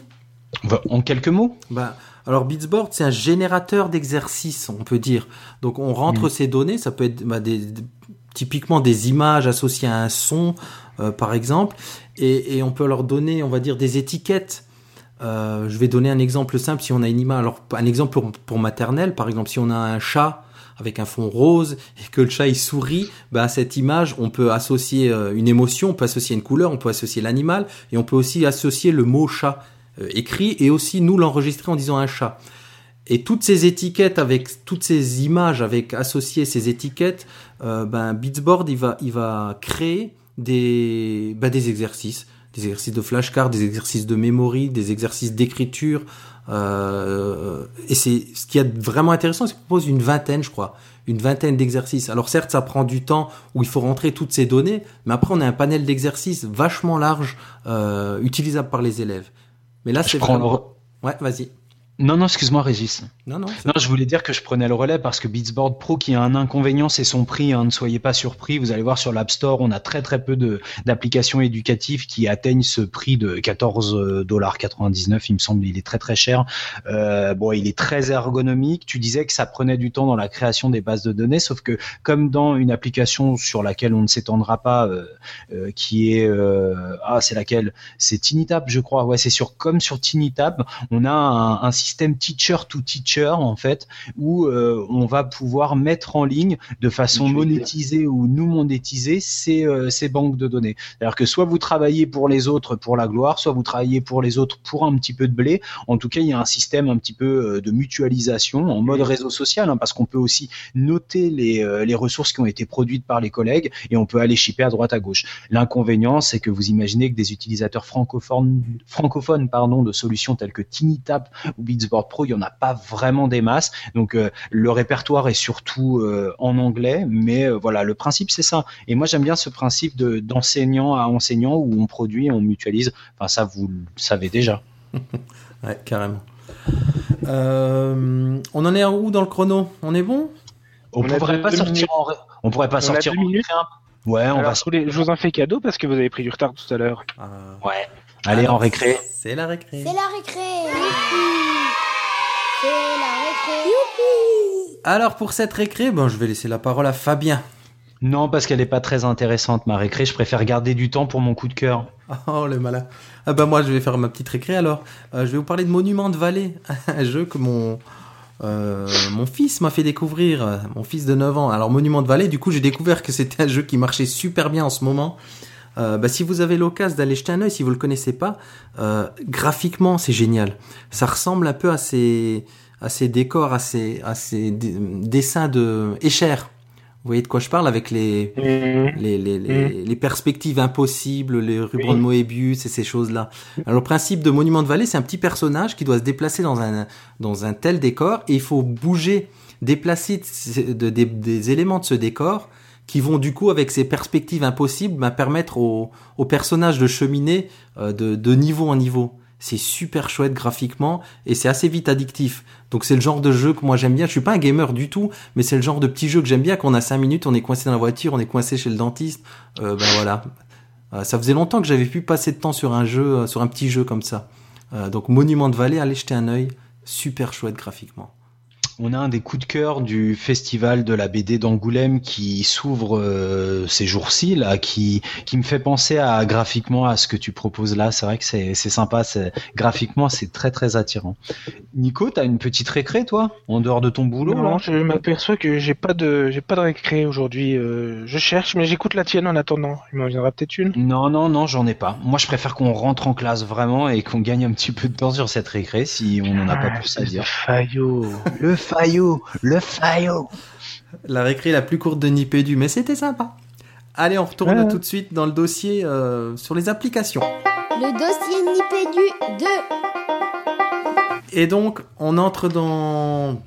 En quelques mots? Bah alors Beatsboard c'est un générateur d'exercices, on peut dire. Donc on rentre mmh. ces données, ça peut être bah, des, des typiquement des images associées à un son, euh, par exemple, et, et on peut leur donner, on va dire, des étiquettes. Euh, je vais donner un exemple simple. Si on a une image, alors un exemple pour, pour maternelle, par exemple, si on a un chat avec un fond rose et que le chat il sourit, ben à cette image, on peut associer euh, une émotion, on peut associer une couleur, on peut associer l'animal, et on peut aussi associer le mot chat euh, écrit et aussi nous l'enregistrer en disant un chat. Et toutes ces étiquettes avec toutes ces images avec associées ces étiquettes, euh, ben Beatsboard il va il va créer des ben des exercices, des exercices de flashcards, des exercices de memory, des exercices d'écriture. Euh, et c'est ce qui est vraiment intéressant, c'est qu'il propose une vingtaine, je crois, une vingtaine d'exercices. Alors certes, ça prend du temps où il faut rentrer toutes ces données, mais après on a un panel d'exercices vachement large, euh, utilisable par les élèves. Mais là, je c'est prends vraiment... le... ouais, vas-y. Non, non, excuse-moi, Régis. Non, non. Non, je voulais dire que je prenais le relais parce que Beatsboard Pro, qui a un inconvénient, c'est son prix. Hein, ne soyez pas surpris. Vous allez voir sur l'App Store, on a très très peu de d'applications éducatives qui atteignent ce prix de quatorze dollars quatre-vingt-dix-neuf. Il me semble, il est très très cher. Euh, bon, il est très ergonomique. Tu disais que ça prenait du temps dans la création des bases de données, sauf que comme dans une application sur laquelle on ne s'étendra pas, euh, euh, qui est euh, ah, c'est laquelle? C'est TinyTab, je crois. Ouais, c'est sur comme sur TinyTab, on a un, un système teacher to teacher en fait où euh, on va pouvoir mettre en ligne de façon monétisée ou nous monétiser ces, euh, ces banques de données. C'est-à-dire que soit vous travaillez pour les autres pour la gloire, soit vous travaillez pour les autres pour un petit peu de blé. En tout cas, il y a un système un petit peu de mutualisation en mode réseau social, hein, parce qu'on peut aussi noter les, euh, les ressources qui ont été produites par les collègues et on peut aller shipper à droite à gauche. L'inconvénient, c'est que vous imaginez que des utilisateurs francophones, francophones pardon, de solutions telles que TinyTab ou Beatsboard Pro, il n'y en a pas vraiment des masses. Donc euh, le répertoire est surtout euh, en anglais, mais euh, voilà, le principe c'est ça. Et moi j'aime bien ce principe de, d'enseignant à enseignant où on produit, on mutualise. Enfin ça vous le savez déjà. Ouais, carrément. Euh, on en est où dans le chrono? On est bon? On, on pourrait pas sortir en ré... on pourrait pas on sortir en minutes. Ouais, on Alors, va. Les... Je vous en fais cadeau parce que vous avez pris du retard tout à l'heure. Euh... Ouais. Allez, alors, en récré. C'est la récré. C'est la récré. C'est la récré. Youpi. Alors pour cette récré, bon, je vais laisser la parole à Fabien. Non, parce qu'elle est pas très intéressante, ma récré. Je préfère garder du temps pour mon coup de cœur. Oh, le malin. Ah bah moi, je vais faire ma petite récré alors. Euh, je vais vous parler de Monument de Vallée, un jeu que mon, euh, mon fils m'a fait découvrir, euh, mon fils de neuf ans. Alors, Monument de Vallée, du coup, j'ai découvert que c'était un jeu qui marchait super bien en ce moment. Euh, bah, si vous avez l'occasion d'aller jeter un œil, si vous le connaissez pas, euh, graphiquement, c'est génial. Ça ressemble un peu à ces, à ces décors, à ces, à ces d- dessins de Escher. Vous voyez de quoi je parle avec les, Mmh. les, les, les, les perspectives impossibles, les rubans Oui. de Moebius et ces choses-là. Alors, le principe de Monument de Vallée, c'est un petit personnage qui doit se déplacer dans un, dans un tel décor et il faut bouger, déplacer de, de, des, des éléments de ce décor qui vont du coup, avec ces perspectives impossibles, bah, permettre au, au personnage de cheminer euh, de, de niveau en niveau. C'est super chouette graphiquement et c'est assez vite addictif. Donc c'est le genre de jeu que moi j'aime bien. Je suis pas un gamer du tout, mais c'est le genre de petit jeu que j'aime bien. Qu'on a cinq minutes, on est coincé dans la voiture, on est coincé chez le dentiste. Euh, ben voilà. Euh, ça faisait longtemps que j'avais pu passer de temps sur un jeu, euh, sur un petit jeu comme ça. Euh, donc Monument de Vallée, allez jeter un œil. Super chouette graphiquement. On a un des coups de cœur du festival de la B D d'Angoulême qui s'ouvre euh, ces jours-ci là, qui qui me fait penser à graphiquement à ce que tu proposes là. C'est vrai que c'est c'est sympa, c'est graphiquement c'est très très attirant. Nico, t'as une petite récré toi, en dehors de ton boulot là? Non, je m'aperçois que j'ai pas de j'ai pas de récré aujourd'hui. Euh, je cherche, mais j'écoute la tienne en attendant. Il m'en viendra peut-être une. Non, non, non, j'en ai pas. Moi, je préfère qu'on rentre en classe vraiment et qu'on gagne un petit peu de temps sur cette récré si on n'en a pas Ah, plus à espèce de dire. Faillot. Le faillot, le faillot. La récré la plus courte de Nipédu, mais c'était sympa. Allez, on retourne Ouais. tout de suite dans le dossier euh, sur les applications. Le dossier Nipédu deux. Et donc, on entre dans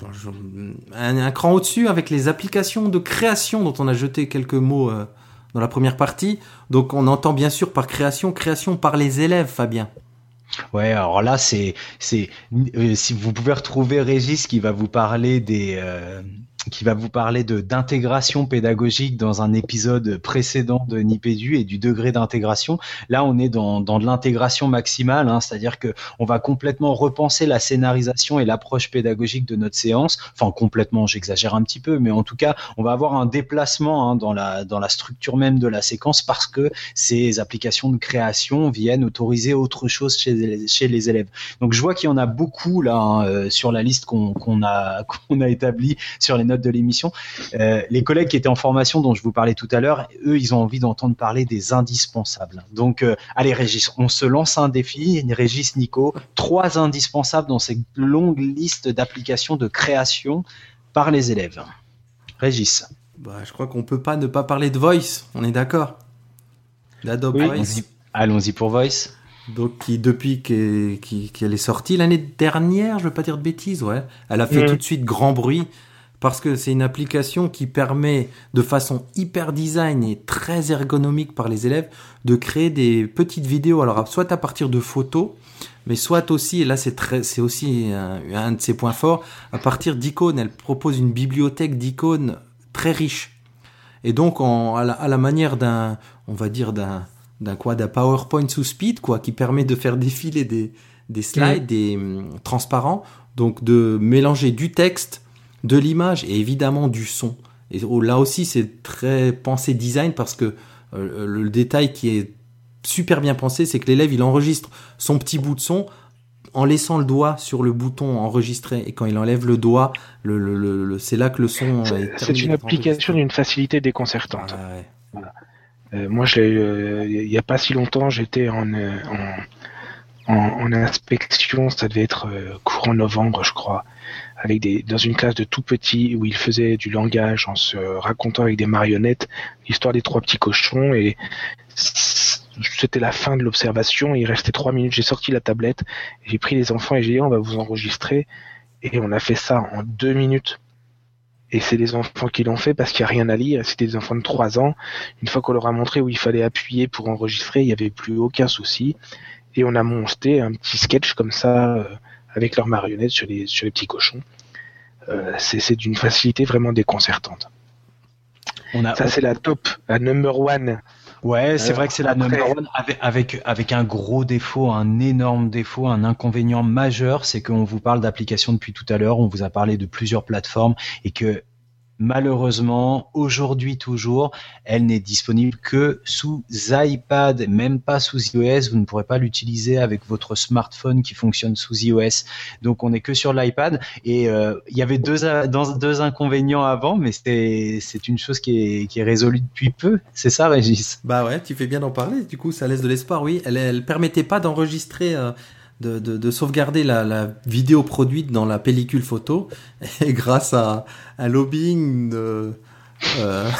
un, un cran au-dessus avec les applications de création dont on a jeté quelques mots euh, dans la première partie. Donc, on entend bien sûr par création, création par les élèves, Fabien. Ouais, alors là, c'est, c'est, euh, si vous pouvez retrouver Régis qui va vous parler des, euh, qui va vous parler de d'intégration pédagogique dans un épisode précédent de Nipédu et du degré d'intégration. Là, on est dans dans de l'intégration maximale, hein, c'est-à-dire que on va complètement repenser la scénarisation et l'approche pédagogique de notre séance. Enfin, complètement, j'exagère un petit peu, mais en tout cas, on va avoir un déplacement hein, dans la dans la structure même de la séquence parce que ces applications de création viennent autoriser autre chose chez les, chez les élèves. Donc, je vois qu'il y en a beaucoup là hein, euh, sur la liste qu'on qu'on a qu'on a établie sur les notes de l'émission. Euh, les collègues qui étaient en formation dont je vous parlais tout à l'heure, eux, ils ont envie d'entendre parler des indispensables. Donc, euh, allez Régis, on se lance un défi. Régis, Nico, trois indispensables dans cette longue liste d'applications de création par les élèves. Régis. Bah, je crois qu'on peut pas ne pas parler de Voice, on est d'accord. D'Adobe Oui. Voice. Allons-y, allons-y pour Voice. Donc, qui, depuis qu'elle, qui- qu'elle est sortie l'année dernière, je veux pas dire de bêtises, ouais, elle a fait Mm. tout de suite grand bruit parce que c'est une application qui permet de façon hyper design et très ergonomique par les élèves de créer des petites vidéos. Alors, soit à partir de photos, mais soit aussi, et là c'est très, c'est aussi un, un de ses points forts, à partir d'icônes. Elle propose une bibliothèque d'icônes très riche. Et donc, en, à, la, à la manière d'un, on va dire d'un, d'un quoi, d'un PowerPoint sous speed, quoi, qui permet de faire défiler des, des slides, Mm. des hum, transparents, donc de mélanger du texte, de l'image et évidemment du son. Et oh, là aussi, c'est très pensé design parce que euh, le, le détail qui est super bien pensé, c'est que l'élève, il enregistre son petit bout de son en laissant le doigt sur le bouton enregistrer. Et quand il enlève le doigt, le, le, le, le- c'est là que le son C'est est c'est terminé une d'être application enregistré. d'une facilité déconcertante. Ah ouais. Euh, moi, je l'ai, euh, il y a pas si longtemps, j'étais en, euh, en, en, en inspection, ça devait être euh, courant novembre, je crois, avec des, dans une classe de tout petits où il faisait du langage en se racontant avec des marionnettes l'histoire des trois petits cochons et c'était la fin de l'observation. Il restait trois minutes. J'ai sorti la tablette, j'ai pris les enfants et j'ai dit on va vous enregistrer et on a fait ça en deux minutes. Et c'est les enfants qui l'ont fait parce qu'il n'y a rien à lire. C'était des enfants de trois ans. Une fois qu'on leur a montré où il fallait appuyer pour enregistrer, il n'y avait plus aucun souci. Et on a monté un petit sketch comme ça euh, avec leurs marionnettes sur les, sur les petits cochons. Euh, c'est, c'est d'une facilité vraiment déconcertante. On a, Ça, c'est la top, la number one. Ouais, c'est Alors, vrai que c'est la après- number one avec, avec, avec un gros défaut, un énorme défaut, un inconvénient majeur, c'est qu'on vous parle d'applications depuis tout à l'heure, on vous a parlé de plusieurs plateformes et que malheureusement, aujourd'hui toujours, elle n'est disponible que sous iPad, même pas sous iOS. Vous ne pourrez pas l'utiliser avec votre smartphone qui fonctionne sous iOS. Donc, on n'est que sur l'iPad. Et il euh, y avait deux, dans, deux inconvénients avant, mais c'est, c'est une chose qui est, qui est résolue depuis peu. C'est ça, Régis? Bah ouais, tu fais bien d'en parler. Du coup, ça laisse de l'espoir, oui. Elle, elle permettait pas d'enregistrer... Euh... De, de, de sauvegarder la, la vidéo produite dans la pellicule photo, et grâce à un lobbying de, euh,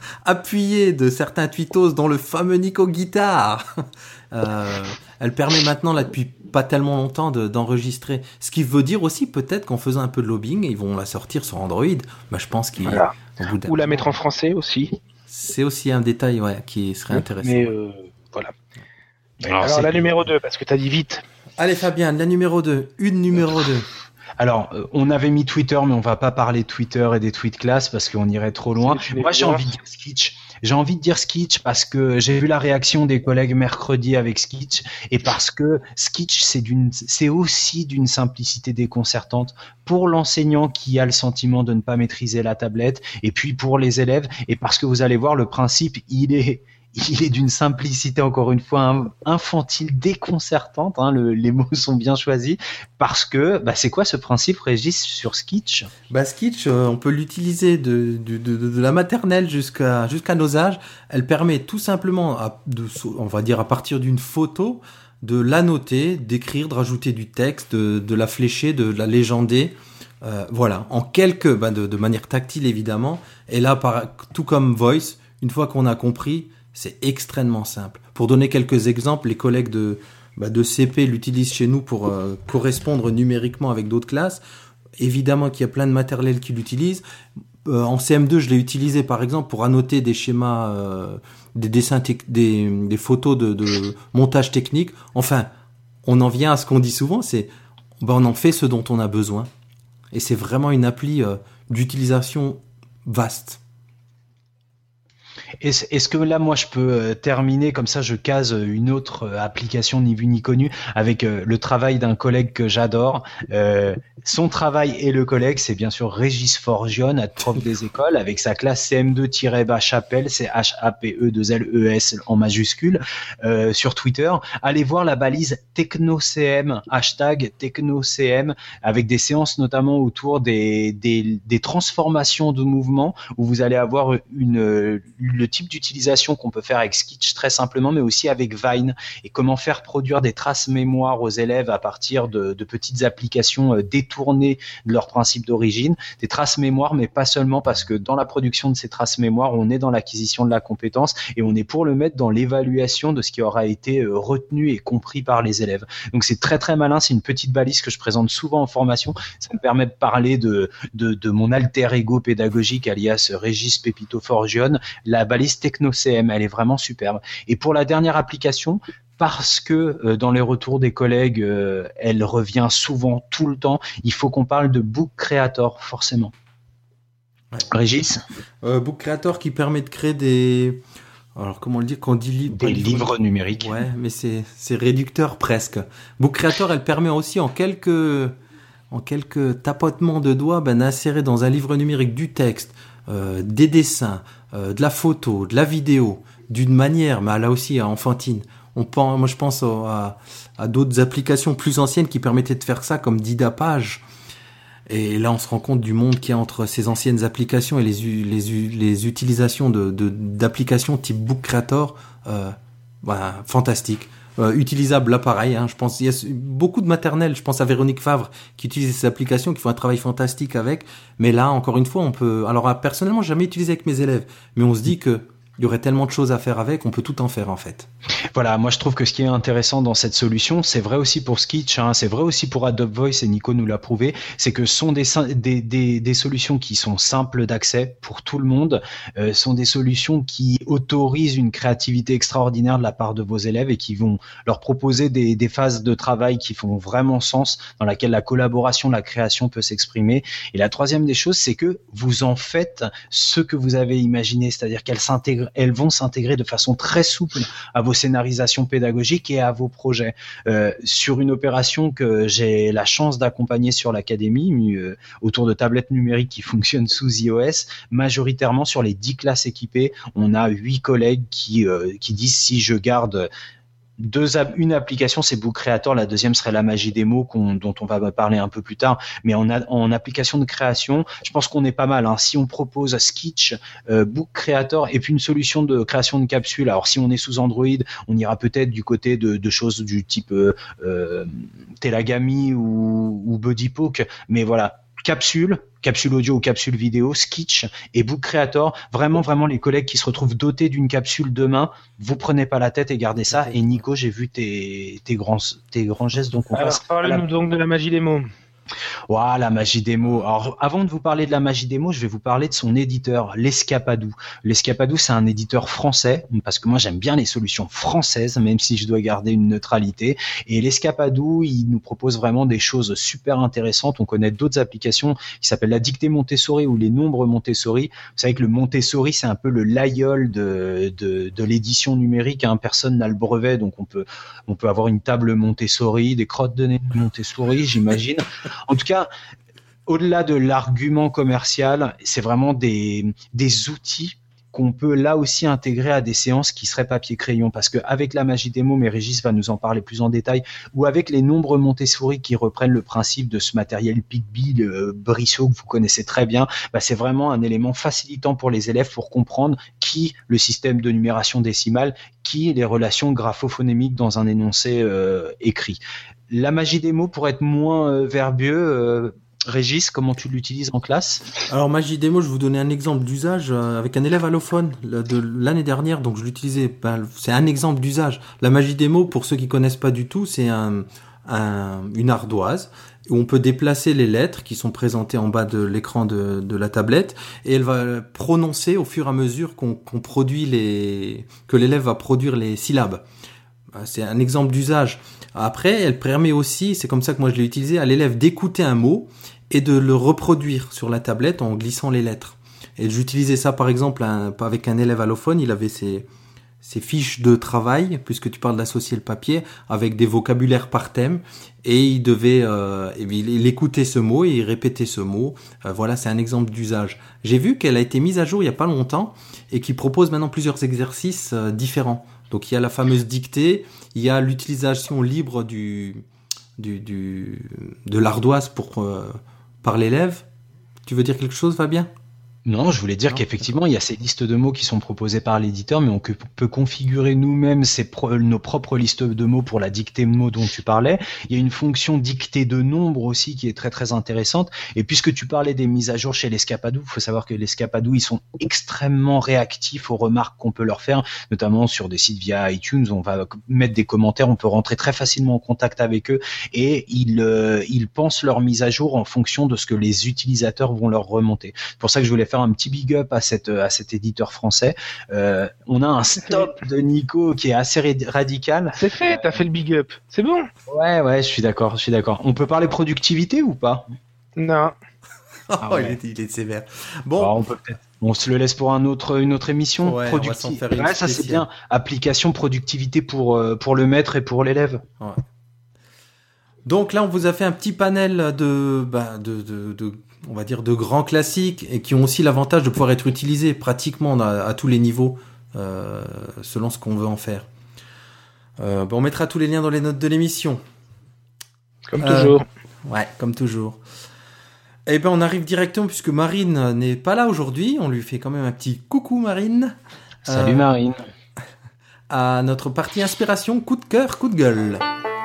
appuyé de certains tweetos dont le fameux Nico Guitare, euh, elle permet maintenant là depuis pas tellement longtemps de, d'enregistrer. Ce qui veut dire aussi peut-être qu'en faisant un peu de lobbying, ils vont la sortir sur Android. Bah, je pense qu'ils voilà. Ou la mettre en français aussi. C'est aussi un détail ouais, qui serait oui, intéressant. Mais euh, voilà. Alors, Alors la numéro deux, parce que t'as dit vite. Allez Fabien, la numéro deux, une numéro deux. Alors, euh, on avait mis Twitter, mais on va pas parler de Twitter et des tweets classe parce qu'on irait trop loin. Moi, j'ai envie de dire Skitch. J'ai envie de dire Skitch parce que j'ai vu la réaction des collègues mercredi avec Skitch et parce que Skitch, c'est d'une, c'est aussi d'une simplicité déconcertante pour l'enseignant qui a le sentiment de ne pas maîtriser la tablette et puis pour les élèves et parce que vous allez voir, le principe, il est... Il est d'une simplicité, encore une fois, infantile, déconcertante. Hein, le, les mots sont bien choisis. Parce que, bah, c'est quoi ce principe, Régis, sur Skitch? Bah, Skitch, euh, on peut l'utiliser de, de, de, de la maternelle jusqu'à, jusqu'à nos âges. Elle permet tout simplement, à, de, on va dire à partir d'une photo, de l'annoter, d'écrire, de rajouter du texte, de, de la flécher, de la légender. Euh, voilà, en quelques, bah, de, de manière tactile évidemment. Et là, par, tout comme Voice, une fois qu'on a compris, c'est extrêmement simple. Pour donner quelques exemples, les collègues de, bah de C P l'utilisent chez nous pour euh, correspondre numériquement avec d'autres classes. Évidemment qu'il y a plein de matériel qui l'utilisent. Euh, en C M deux, je l'ai utilisé par exemple pour annoter des schémas, euh, des dessins, te- des, des photos de, de montage technique. Enfin, on en vient à ce qu'on dit souvent, c'est bah on en fait ce dont on a besoin. Et c'est vraiment une appli euh, d'utilisation vaste. Est-ce, est-ce que là, moi, je peux euh, terminer comme ça, je case une autre euh, application ni vue ni connue avec euh, le travail d'un collègue que j'adore. Euh, son travail et le collègue, c'est bien sûr Régis Forgione, prof des écoles, avec sa classe C M deux-bas Chapelle, c'est H A P E deux L E S en majuscule, euh, sur Twitter. Allez voir la balise TechnoCM, hashtag TechnoCM, avec des séances notamment autour des, des, des transformations de mouvements, où vous allez avoir une... le type d'utilisation qu'on peut faire avec Skitch très simplement, mais aussi avec Vine, et comment faire produire des traces mémoire aux élèves à partir de, de petites applications détournées de leur principe d'origine, des traces mémoire, mais pas seulement, parce que dans la production de ces traces mémoire, on est dans l'acquisition de la compétence et on est pour le mettre dans l'évaluation de ce qui aura été retenu et compris par les élèves. Donc c'est très très malin, c'est une petite balise que je présente souvent en formation, ça me permet de parler de, de, de mon alter ego pédagogique alias Régis Pépito Forgione, la balise TechnoCM, elle est vraiment superbe. Et pour la dernière application, parce que euh, dans les retours des collègues, euh, elle revient souvent, tout le temps, il faut qu'on parle de Book Creator, forcément. Ouais. Régis euh, Book Creator qui permet de créer des... Alors, comment le dire quand on dit livre, Des livres, livres numériques. Ouais, mais c'est, c'est réducteur presque. Book Creator, elle permet aussi en quelques, en quelques tapotements de doigts ben, d'insérer dans un livre numérique du texte, euh, des dessins, euh, de la photo, de la vidéo, d'une manière, mais là aussi enfantine. On pense, moi, je pense à, à d'autres applications plus anciennes qui permettaient de faire ça, comme Didapage. Et là, on se rend compte du monde qu'il y a entre ces anciennes applications et les, les, les utilisations de, de, d'applications type Book Creator. Euh, bah, fantastique. Euh, utilisable là, pareil. Hein, je pense il y a beaucoup de maternelles. Je pense à Véronique Favre qui utilise ces applications, qui font un travail fantastique avec. Mais là, encore une fois, on peut. Alors, personnellement, jamais utilisé avec mes élèves, mais on se dit que il y aurait tellement de choses à faire avec, on peut tout en faire en fait. Voilà, moi je trouve que ce qui est intéressant dans cette solution, c'est vrai aussi pour Skitch, hein, c'est vrai aussi pour Adobe Voice, et Nico nous l'a prouvé, c'est que ce sont des, des, des, des solutions qui sont simples d'accès pour tout le monde, euh, sont des solutions qui autorisent une créativité extraordinaire de la part de vos élèves et qui vont leur proposer des, des phases de travail qui font vraiment sens, dans laquelle la collaboration, la création peut s'exprimer. Et la troisième des choses, c'est que vous en faites ce que vous avez imaginé, c'est-à-dire qu'elles s'intègrent elles vont s'intégrer de façon très souple à vos scénarios scénarisation pédagogique et à vos projets. Euh, sur une opération que j'ai la chance d'accompagner sur l'académie, euh, autour de tablettes numériques qui fonctionnent sous iOS, majoritairement sur les dix classes équipées, on a huit collègues qui, euh, qui disent si je garde Deux, une application, c'est Book Creator, la deuxième serait la magie des mots qu'on, dont on va parler un peu plus tard, mais en, a, en application de création, je pense qu'on est pas mal, hein. Si on propose Sketch, euh, Book Creator et puis une solution de création de capsules, alors si on est sous Android, on ira peut-être du côté de, de choses du type euh, euh, Telagami ou, ou BuddyPoke, mais voilà, capsule, capsule audio ou capsule vidéo, Sketch et Book Creator, vraiment vraiment les collègues qui se retrouvent dotés d'une capsule demain, vous prenez pas la tête et gardez ça. Et Nico, j'ai vu tes tes grands tes grands gestes, donc on Alors, passe. parlez-nous la... donc de la magie des mots. Waouh, la magie des mots. Alors, avant de vous parler de la magie des mots, je vais vous parler de son éditeur, l'Escapadou. L'Escapadou, c'est un éditeur français, parce que moi, j'aime bien les solutions françaises, même si je dois garder une neutralité. Et l'Escapadou, il nous propose vraiment des choses super intéressantes. On connaît d'autres applications qui s'appellent la dictée Montessori ou les nombres Montessori. Vous savez que le Montessori, c'est un peu le l'aïeul de, de, de l'édition numérique, hein. Personne n'a le brevet, donc on peut, on peut avoir une table Montessori, des crottes de nez Montessori, j'imagine. En tout cas, au-delà de l'argument commercial, c'est vraiment des, des outils qu'on peut là aussi intégrer à des séances qui seraient papier-crayon, parce qu'avec la magie des mots, mais Régis va nous en parler plus en détail, ou avec les nombres Montessori qui reprennent le principe de ce matériel Pigby, le Brissot que vous connaissez très bien, bah c'est vraiment un élément facilitant pour les élèves pour comprendre qui le système de numération décimale, qui les relations grapho-phonémiques dans un énoncé euh, écrit. La magie des mots, pour être moins euh, verbieux, euh, Régis, comment tu l'utilises en classe ? Alors, magie des mots, je vais vous donner un exemple d'usage euh, avec un élève allophone de l'année dernière, donc je l'utilisais. Ben, c'est un exemple d'usage. La magie des mots, pour ceux qui connaissent pas du tout, c'est un, un, une ardoise où on peut déplacer les lettres qui sont présentées en bas de l'écran de, de la tablette, et elle va prononcer au fur et à mesure qu'on, qu'on produit les, que l'élève va produire les syllabes. C'est un exemple d'usage. Après, elle permet aussi, c'est comme ça que moi je l'ai utilisé, à l'élève d'écouter un mot et de le reproduire sur la tablette en glissant les lettres. Et j'utilisais ça par exemple un, avec un élève allophone, il avait ses, ses fiches de travail, puisque tu parles d'associer le papier, avec des vocabulaires par thème, et il devait euh, il écouter ce mot et il répétait ce mot. Euh, voilà, c'est un exemple d'usage. J'ai vu qu'elle a été mise à jour il y a pas longtemps et qui propose maintenant plusieurs exercices euh, différents. Donc il y a la fameuse dictée, il y a l'utilisation libre du, du, du, de l'ardoise pour, euh, par l'élève. Tu veux dire quelque chose, Fabien ? Non, je voulais dire non. qu'effectivement, il y a ces listes de mots qui sont proposées par l'éditeur, mais on peut configurer nous-mêmes ces pro- nos propres listes de mots pour la dictée mots dont tu parlais. Il y a une fonction dictée de nombres aussi qui est très très intéressante. Et puisque tu parlais des mises à jour chez l'Escapadou, il faut savoir que l'Escapadou, ils sont extrêmement réactifs aux remarques qu'on peut leur faire, notamment sur des sites via iTunes. On va mettre des commentaires, on peut rentrer très facilement en contact avec eux, et ils, euh, ils pensent leur mise à jour en fonction de ce que les utilisateurs vont leur remonter. C'est pour ça que je voulais faire un petit big up à cette à cet éditeur français. Euh, on a un stop de Nico qui est assez radical. C'est fait, t'as fait le big up. C'est bon. Ouais, ouais, je suis d'accord, je suis d'accord. On peut parler productivité ou pas ? Non. Ah ouais. oh, il, est, il est sévère. Bon, Alors, on peut peut-être. On se le laisse pour un autre, une autre émission. Ouais, Producti- on va s'en faire une ouais, ça c'est bien. Application productivité pour pour le maître et pour l'élève. Ouais. Donc là, on vous a fait un petit panel de, bah, de, de, de, on va dire, de grands classiques et qui ont aussi l'avantage de pouvoir être utilisés pratiquement à, à tous les niveaux, euh, selon ce qu'on veut en faire. Euh, bah, on mettra tous les liens dans les notes de l'émission. Comme euh, toujours. Ouais, comme toujours. Eh ben, on arrive directement puisque Marine n'est pas là aujourd'hui. On lui fait quand même un petit coucou, Marine. Salut, euh, Marine. À notre partie inspiration, coup de cœur, coup de gueule.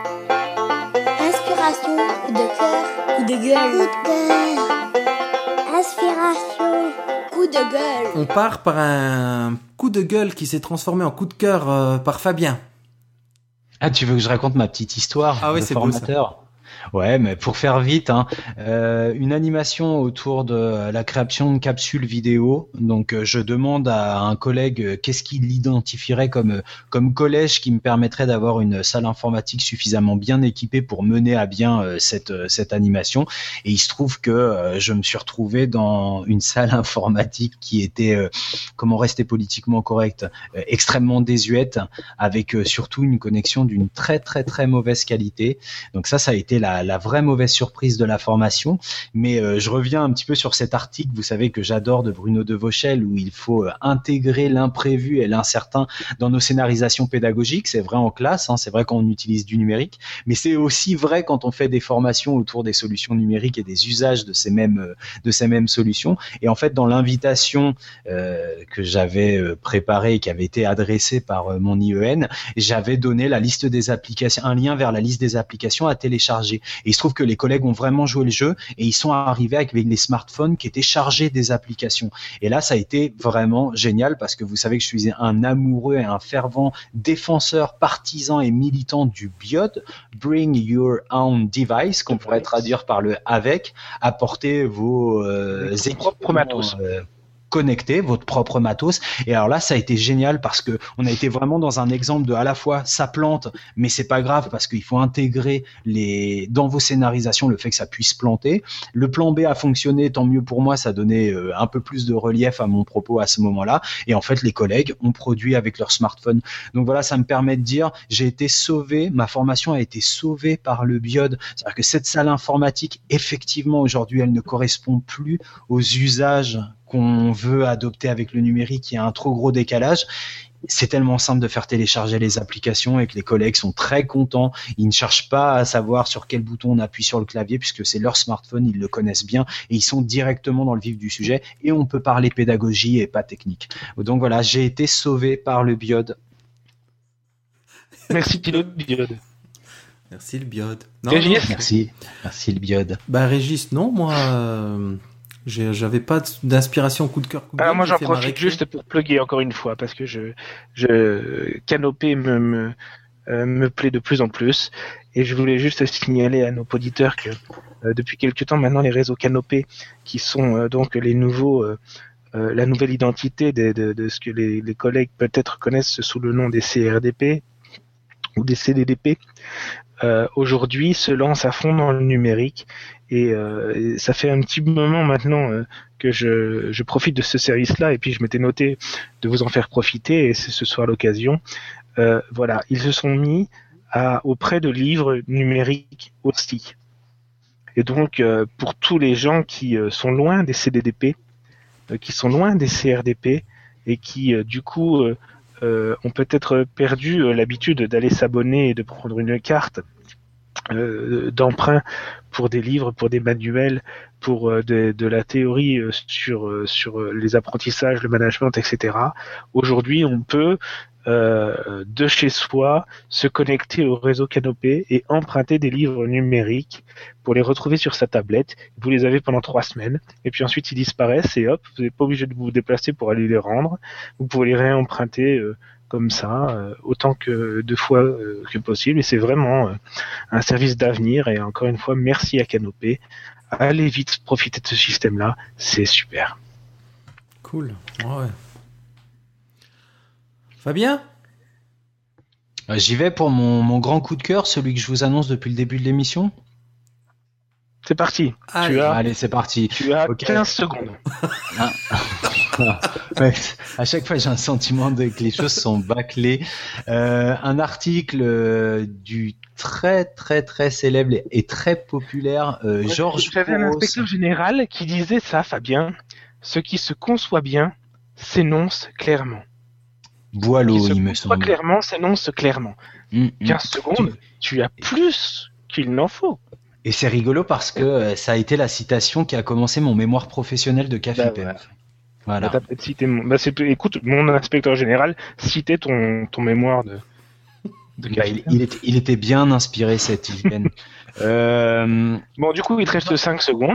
Inspiration, coup de cœur, coup de gueule, coup de cœur. Inspiration, coup de gueule. On part par un coup de gueule qui s'est transformé en coup de cœur euh, par Fabien. Ah, tu veux que je raconte ma petite histoire ah oui, de c'est formateur ? beau, Ouais, mais pour faire vite, hein, euh, une animation autour de la création de capsules vidéo. Donc, euh, je demande à un collègue euh, qu'est-ce qu'il identifierait comme euh, comme collège qui me permettrait d'avoir une salle informatique suffisamment bien équipée pour mener à bien euh, cette euh, cette animation. Et il se trouve que euh, je me suis retrouvé dans une salle informatique qui était, euh, comment rester politiquement correct, euh, extrêmement désuète, avec euh, surtout une connexion d'une très très très mauvaise qualité. Donc ça, ça a été la, la vraie mauvaise surprise de la formation. Mais euh, je reviens un petit peu sur cet article, vous savez, que j'adore, de Bruno de Vauchel, où il faut euh, intégrer l'imprévu et l'incertain dans nos scénarisations pédagogiques. C'est vrai en classe, hein, c'est vrai quand on utilise du numérique, mais c'est aussi vrai quand on fait des formations autour des solutions numériques et des usages de ces mêmes, euh, de ces mêmes solutions. Et en fait, dans l'invitation euh, que j'avais euh, préparée et qui avait été adressée par euh, mon I E N, j'avais donné la liste des applications, un lien vers la liste des applications à télécharger. Et il se trouve que les collègues ont vraiment joué le jeu et ils sont arrivés avec les smartphones qui étaient chargés des applications. Et là, ça a été vraiment génial parce que vous savez que je suis un amoureux et un fervent défenseur, partisan et militant du B I O D, Bring Your Own Device, qu'on pourrait traduire par le avec, apportez vos euh, propres matos. Euh, connecter votre propre matos. Et alors là, ça a été génial parce que on a été vraiment dans un exemple de à la fois ça plante, mais c'est pas grave parce qu'il faut intégrer les dans vos scénarisations le fait que ça puisse planter. Le plan B a fonctionné, tant mieux pour moi, ça donnait euh, un peu plus de relief à mon propos à ce moment-là. Et en fait, les collègues ont produit avec leur smartphone. Donc voilà, ça me permet de dire j'ai été sauvé, ma formation a été sauvée par le B I O D. C'est-à-dire que cette salle informatique, effectivement, aujourd'hui, elle ne correspond plus aux usages qu'on veut adopter avec le numérique. Il y a un trop gros décalage. C'est tellement simple de faire télécharger les applications et que les collègues sont très contents. Ils ne cherchent pas à savoir sur quel bouton on appuie sur le clavier puisque c'est leur smartphone, ils le connaissent bien et ils sont directement dans le vif du sujet et on peut parler pédagogie et pas technique. Donc voilà, j'ai été sauvé par le B I O D. Merci Tilo B I O D. Merci le B I O D. Non, Régis non, merci, merci le B I O D. Bah Régis, non, moi... Euh... J'avais pas d'inspiration coup de cœur. Coup de Alors gueule, moi j'en profite juste pour plugger encore une fois parce que je, je Canopé me me, euh, me plaît de plus en plus et je voulais juste signaler à nos auditeurs que euh, depuis quelques temps maintenant les réseaux Canopé qui sont euh, donc les nouveaux euh, euh, la nouvelle identité de, de, de ce que les, les collègues peut-être connaissent sous le nom des C R D P ou des C D D P euh, aujourd'hui se lancent à fond dans le numérique. Et, euh, et ça fait un petit moment maintenant euh, que je, je profite de ce service-là et puis je m'étais noté de vous en faire profiter et c'est ce soir l'occasion. Euh, voilà, ils se sont mis à, auprès de livres numériques aussi. Et donc euh, pour tous les gens qui euh, sont loin des C D D P, euh, qui sont loin des C R D P et qui euh, du coup euh, euh, ont peut-être perdu euh, l'habitude d'aller s'abonner et de prendre une carte Euh, d'emprunt pour des livres, pour des manuels, pour euh, de, de la théorie euh, sur euh, sur les apprentissages, le management, et cetera. Aujourd'hui, on peut euh, de chez soi se connecter au réseau Canopé et emprunter des livres numériques pour les retrouver sur sa tablette. Vous les avez pendant trois semaines et puis ensuite ils disparaissent et hop, vous n'êtes pas obligé de vous déplacer pour aller les rendre. Vous pouvez les réemprunter euh, comme ça, euh, autant que de fois euh, que possible. Et c'est vraiment euh, un service d'avenir. Et encore une fois, merci à Canopé. Allez vite profiter de ce système-là. C'est super. Cool. Ouais. Fabien ? J'y vais pour mon, mon grand coup de cœur, celui que je vous annonce depuis le début de l'émission. C'est parti. Allez, tu as, allez c'est parti. Tu as okay. quinze secondes. Ah. Ouais, à chaque fois, j'ai un sentiment de que les choses sont bâclées. Euh, un article euh, du très très très célèbre et très populaire euh, ouais, Georges J'avais un inspecteur général qui disait ça, Fabien. Ce qui se conçoit bien s'énonce clairement. Boileau, il me semble. Clairement, s'énonce clairement. Mmh, quinze mmh. secondes, tu... tu as plus qu'il n'en faut. Et c'est rigolo parce que euh, ça a été la citation qui a commencé mon mémoire professionnel de Café bah, P M. Voilà. Voilà. Bah, t'as cité mon... bah, c'est... Écoute, mon inspecteur général citait ton, ton mémoire de, de bah, il, il, était, il était bien inspiré, cette hygiène. euh... Bon, du coup, il te reste cinq secondes.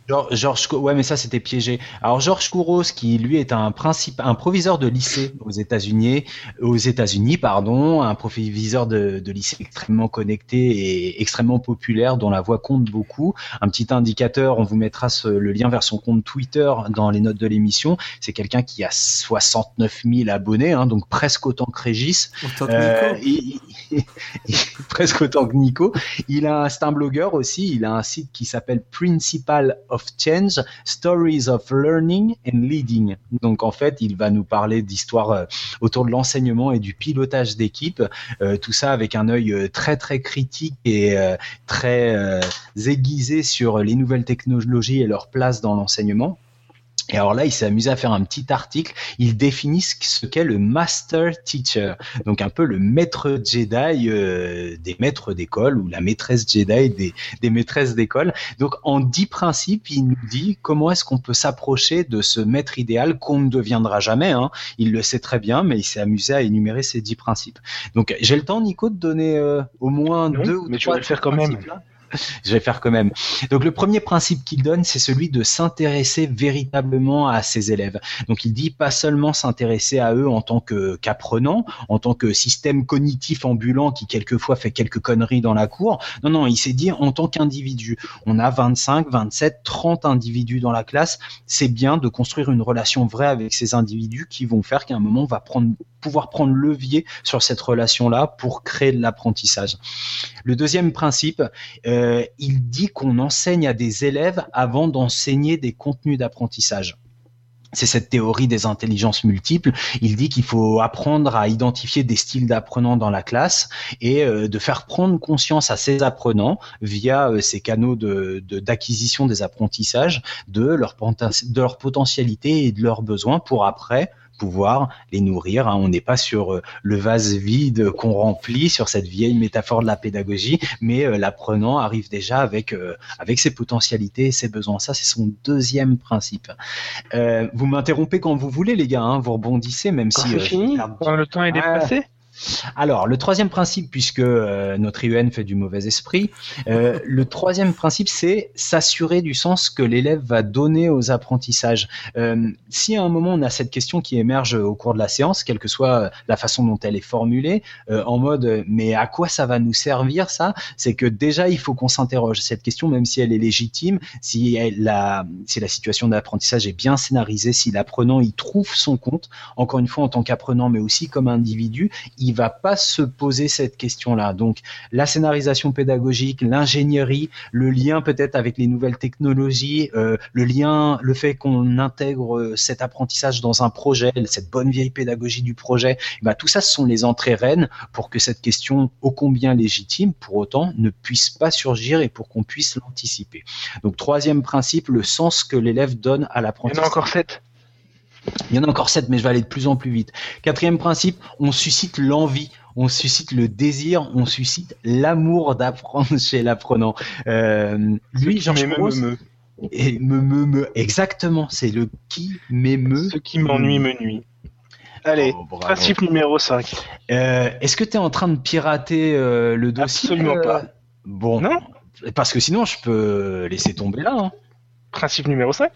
George, George, ouais, mais ça c'était piégé. Alors George Couros, qui lui est un principe, un proviseur de lycée aux États-Unis, aux États-Unis, pardon, un proviseur de, de lycée extrêmement connecté et extrêmement populaire, dont la voix compte beaucoup. Un petit indicateur, on vous mettra ce, le lien vers son compte Twitter dans les notes de l'émission. C'est quelqu'un qui a soixante-neuf mille abonnés, hein, donc presque autant que Régis. Autant que Euh, Nico. il- il- il- presque autant que Nico. Il a, c'est un blogueur aussi. Il a un site qui s'appelle Principal of Change, Stories of Learning and Leading. Donc en fait, il va nous parler d'histoires euh, autour de l'enseignement et du pilotage d'équipe. Euh, tout ça avec un œil euh, très très critique et euh, très euh, aiguisé sur les nouvelles technologies et leur place dans l'enseignement. Et alors là, il s'est amusé à faire un petit article. Il définit ce ce qu'est le master teacher, donc un peu le maître Jedi euh, des maîtres d'école ou la maîtresse Jedi des, des maîtresses d'école. Donc en dix principes, il nous dit comment est-ce qu'on peut s'approcher de ce maître idéal qu'on ne deviendra jamais. Hein. Il le sait très bien, mais il s'est amusé à énumérer ces dix principes. Donc j'ai le temps, Nico, de donner euh, au moins Non, deux ou mais tu trois vas le faire de ces quand même. principes-là. Je vais faire quand même. Donc le premier principe qu'il donne, c'est celui de s'intéresser véritablement à ses élèves. Donc il dit pas seulement s'intéresser à eux en tant que qu'apprenants, en tant que système cognitif ambulant qui quelquefois fait quelques conneries dans la cour. Non, non, il s'est dit en tant qu'individu. On a vingt-cinq, vingt-sept, trente individus dans la classe. C'est bien de construire une relation vraie avec ces individus qui vont faire qu'à un moment on va prendre, pouvoir prendre levier sur cette relation-là pour créer de l'apprentissage. Le deuxième principe, euh, Euh, il dit qu'on enseigne à des élèves avant d'enseigner des contenus d'apprentissage. C'est cette théorie des intelligences multiples. Il dit qu'il faut apprendre à identifier des styles d'apprenants dans la classe et euh, de faire prendre conscience à ces apprenants via euh, ces canaux de, de, d'acquisition des apprentissages de leur, de leur potentialité et de leurs besoins pour après pouvoir les nourrir. Hein. On n'est pas sur euh, le vase vide qu'on remplit, sur cette vieille métaphore de la pédagogie, mais euh, l'apprenant arrive déjà avec euh, avec ses potentialités et ses besoins. Ça, c'est son deuxième principe. Euh, vous m'interrompez quand vous voulez, les gars. Hein. Vous rebondissez, même Quand si c'est euh, fini, quand le temps est dépassé. Alors, le troisième principe, puisque euh, notre I U N fait du mauvais esprit, euh, le troisième principe, c'est s'assurer du sens que l'élève va donner aux apprentissages. Euh, si à un moment on a cette question qui émerge au cours de la séance, quelle que soit la façon dont elle est formulée, euh, en mode mais à quoi ça va nous servir ça, c'est que déjà il faut qu'on s'interroge. Cette question, même si elle est légitime, si, elle, la, si la situation d'apprentissage est bien scénarisée, si l'apprenant y trouve son compte, encore une fois en tant qu'apprenant, mais aussi comme individu, il va pas se poser cette question-là. Donc, la scénarisation pédagogique, l'ingénierie, le lien peut-être avec les nouvelles technologies, euh, le lien, le fait qu'on intègre cet apprentissage dans un projet, cette bonne vieille pédagogie du projet, ben, tout ça, ce sont les entrées reines pour que cette question ô combien légitime, pour autant, ne puisse pas surgir et pour qu'on puisse l'anticiper. Donc, troisième principe, le sens que l'élève donne à l'apprentissage. Il y en a encore sept. Il y en a encore sept, mais je vais aller de plus en plus vite. Quatrième principe, on suscite l'envie, on suscite le désir, on suscite l'amour d'apprendre chez l'apprenant. Euh, lui, Georges Couros, me, et me, me, me, exactement, c'est le qui m'émeut. Ce qui m'ennuie me nuit. Allez, oh, principe numéro cinq. Euh, est-ce que tu es en train de pirater euh, le dossier? Absolument pas. Bon, non, parce que sinon je peux laisser tomber là. Hein. Principe numéro cinq.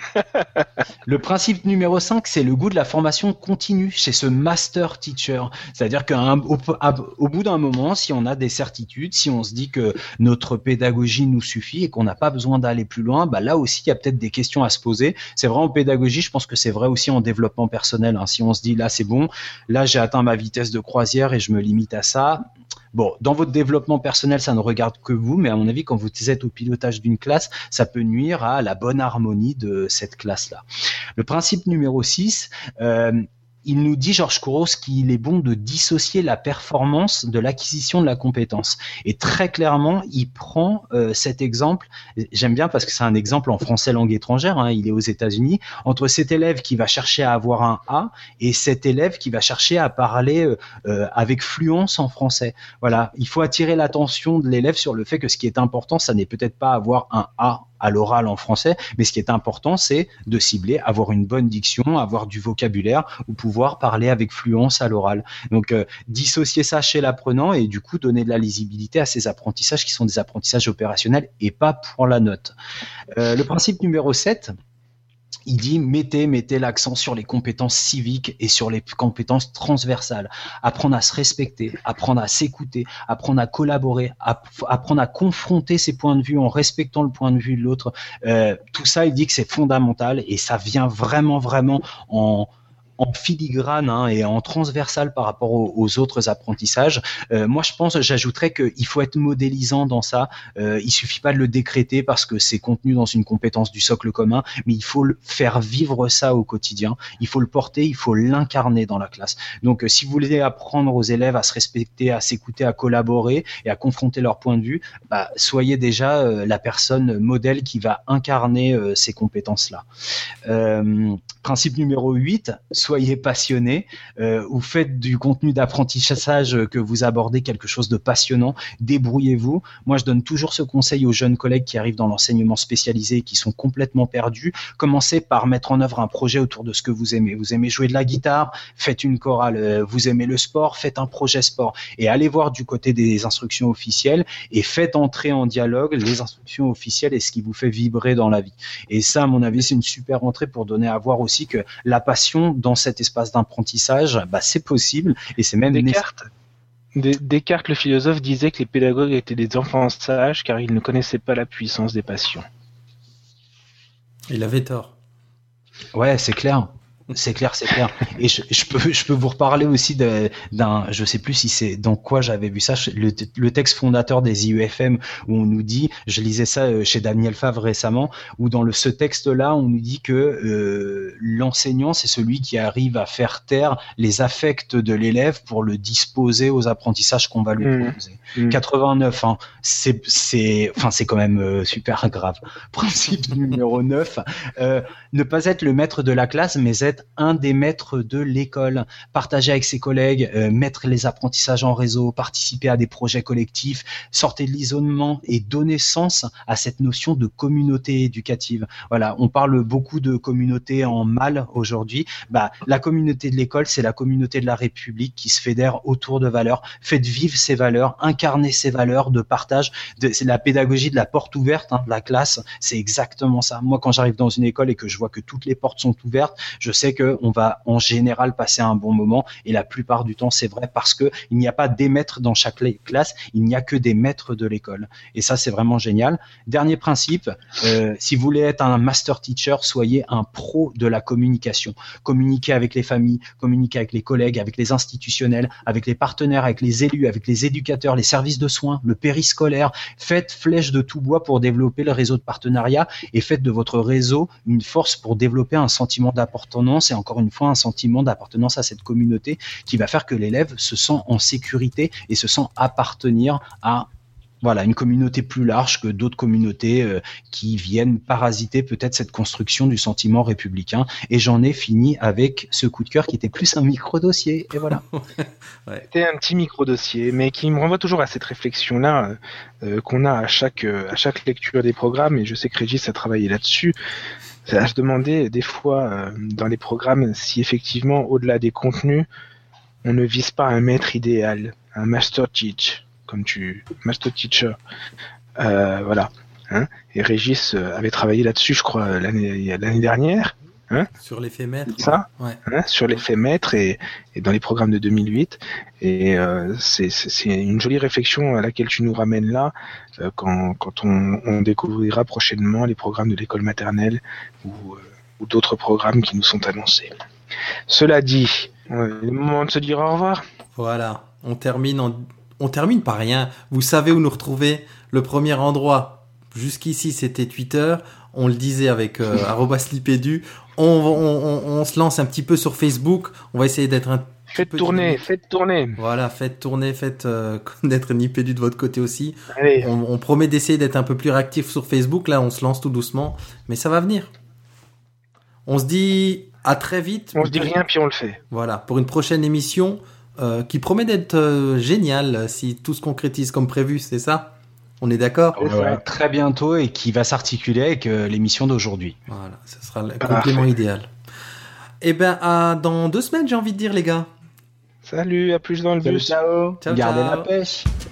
Le principe numéro cinq, c'est le goût de la formation continue chez ce master teacher. C'est-à-dire qu'au au bout d'un moment, si on a des certitudes, si on se dit que notre pédagogie nous suffit et qu'on n'a pas besoin d'aller plus loin, bah là aussi, il y a peut-être des questions à se poser. C'est vrai en pédagogie, je pense que c'est vrai aussi en développement personnel. Hein. Si on se dit là, c'est bon, là, j'ai atteint ma vitesse de croisière et je me limite à ça. Bon, dans votre développement personnel, ça ne regarde que vous, mais à mon avis, quand vous êtes au pilotage d'une classe, ça peut nuire à la bonne harmonie de cette classe-là. Le principe numéro six, euh, il nous dit, Georges Couros, qu'il est bon de dissocier la performance de l'acquisition de la compétence. Et très clairement, il prend euh, cet exemple, j'aime bien parce que c'est un exemple en français langue étrangère, hein, il est aux États-Unis, entre cet élève qui va chercher à avoir un A et cet élève qui va chercher à parler euh, avec fluence en français. Voilà, il faut attirer l'attention de l'élève sur le fait que ce qui est important, ça n'est peut-être pas avoir un A à l'oral en français, mais ce qui est important, c'est de cibler, avoir une bonne diction, avoir du vocabulaire ou pouvoir parler avec fluence à l'oral. Donc, euh, dissocier ça chez l'apprenant et du coup donner de la lisibilité à ces apprentissages qui sont des apprentissages opérationnels et pas pour la note. Euh, le principe numéro sept, il dit mettez, mettez l'accent sur les compétences civiques et sur les compétences transversales. Apprendre à se respecter, apprendre à s'écouter, apprendre à collaborer, apprendre à confronter ses points de vue en respectant le point de vue de l'autre. Euh, tout ça, il dit que c'est fondamental et ça vient vraiment, vraiment en... en filigrane hein, et en transversal par rapport aux, aux autres apprentissages. Euh, moi, je pense, j'ajouterais qu'il faut être modélisant dans ça. Euh, il suffit pas de le décréter parce que c'est contenu dans une compétence du socle commun, mais il faut le faire vivre ça au quotidien. Il faut le porter, il faut l'incarner dans la classe. Donc, euh, si vous voulez apprendre aux élèves à se respecter, à s'écouter, à collaborer et à confronter leur point de vue, bah, soyez déjà euh, la personne modèle qui va incarner euh, ces compétences-là. Euh, principe numéro huit, soyez passionné, euh, ou faites du contenu d'apprentissage que vous abordez quelque chose de passionnant, débrouillez-vous. Moi, je donne toujours ce conseil aux jeunes collègues qui arrivent dans l'enseignement spécialisé et qui sont complètement perdus. Commencez par mettre en œuvre un projet autour de ce que vous aimez. Vous aimez jouer de la guitare, faites une chorale. Vous aimez le sport, faites un projet sport. Et allez voir du côté des instructions officielles et faites entrer en dialogue les instructions officielles et ce qui vous fait vibrer dans la vie. Et ça, à mon avis, c'est une super entrée pour donner à voir aussi que la passion dans cet espace d'apprentissage, bah, c'est possible et c'est même Descartes, nécessaire. Descartes, le philosophe, disait que les pédagogues étaient des enfants sages car ils ne connaissaient pas la puissance des passions. Il avait tort. Ouais, c'est clair. C'est clair, c'est clair. Et je, je peux, je peux vous reparler aussi de, d'un, je sais plus si c'est dans quoi j'avais vu ça, le, le texte fondateur des I U F M où on nous dit, je lisais ça chez Daniel Favre récemment, où dans le, ce texte-là, on nous dit que euh, l'enseignant, c'est celui qui arrive à faire taire les affects de l'élève pour le disposer aux apprentissages qu'on va lui mmh. proposer. Mmh. quatre-vingt-neuf, hein, c'est, c'est, enfin, c'est quand même euh, super grave. Principe numéro neuf, euh, ne pas être le maître de la classe, mais être un des maîtres de l'école, partager avec ses collègues, euh, mettre les apprentissages en réseau, participer à des projets collectifs, sortir de l'isolement et donner sens à cette notion de communauté éducative. Voilà, on parle beaucoup de communauté en mal aujourd'hui. Bah, la communauté de l'école, c'est la communauté de la République qui se fédère autour de valeurs. Faites vivre ces valeurs, incarnez ces valeurs de partage. De, c'est la pédagogie de la porte ouverte hein, de la classe. C'est exactement ça. Moi, quand j'arrive dans une école et que je vois que toutes les portes sont ouvertes, je sais qu'on va en général passer un bon moment et la plupart du temps c'est vrai parce que il n'y a pas des maîtres dans chaque classe, il n'y a que des maîtres de l'école et ça c'est vraiment génial. Dernier principe, euh, si vous voulez être un master teacher, soyez un pro de la communication. Communiquez avec les familles, communiquez avec les collègues, avec les institutionnels, avec les partenaires, avec les élus, avec les éducateurs, les services de soins, le périscolaire. Faites flèche de tout bois pour développer le réseau de partenariat et faites de votre réseau une force pour développer un sentiment d'appartenance et encore une fois un sentiment d'appartenance à cette communauté qui va faire que l'élève se sent en sécurité et se sent appartenir à voilà, une communauté plus large que d'autres communautés euh, qui viennent parasiter peut-être cette construction du sentiment républicain. Et j'en ai fini avec ce coup de cœur qui était plus un micro-dossier. Et voilà. Ouais. C'était un petit micro-dossier, mais qui me renvoie toujours à cette réflexion-là euh, qu'on a à chaque, euh, à chaque lecture des programmes. Et je sais que Régis a travaillé là-dessus. C'est à se demander des fois euh, dans les programmes si effectivement, au-delà des contenus, on ne vise pas un maître idéal, un master teach. Comme tu, master teacher, euh, voilà. Hein, et Régis avait travaillé là-dessus, je crois, l'année, l'année dernière. Hein, sur l'effet maître. Ça, ouais. Hein, sur l'effet maître et, et dans les programmes de deux mille huit. Et euh, c'est, c'est, c'est une jolie réflexion à laquelle tu nous ramènes là, euh, quand, quand on, on découvrira prochainement les programmes de l'école maternelle ou, euh, ou d'autres programmes qui nous sont annoncés. Cela dit, euh, il est le moment de se dire au revoir. Voilà, on termine en... On termine par rien. Vous savez où nous retrouver. Le premier endroit, jusqu'ici, c'était Twitter. On le disait avec euh, arobase lipédu. On, on, on, on se lance un petit peu sur Facebook. On va essayer d'être un Faites tourner, dynamique. faites tourner. Voilà, faites tourner, faites euh, connaître Nipédu de votre côté aussi. Allez. On, on promet d'essayer d'être un peu plus réactif sur Facebook. Là, on se lance tout doucement. Mais ça va venir. On se dit à très vite. On se dit rien, puis on le fait. Voilà, pour une prochaine émission. Euh, qui promet d'être euh, génial si tout se concrétise comme prévu, c'est ça ? On est d'accord ? Ouais, ouais, très bientôt et qui va s'articuler avec euh, l'émission d'aujourd'hui. Voilà, ce sera le complément idéal. Eh ben, à dans deux semaines, j'ai envie de dire, les gars. Salut, à plus dans le Salut, bus. ciao. Ciao, Gardez ciao. la pêche.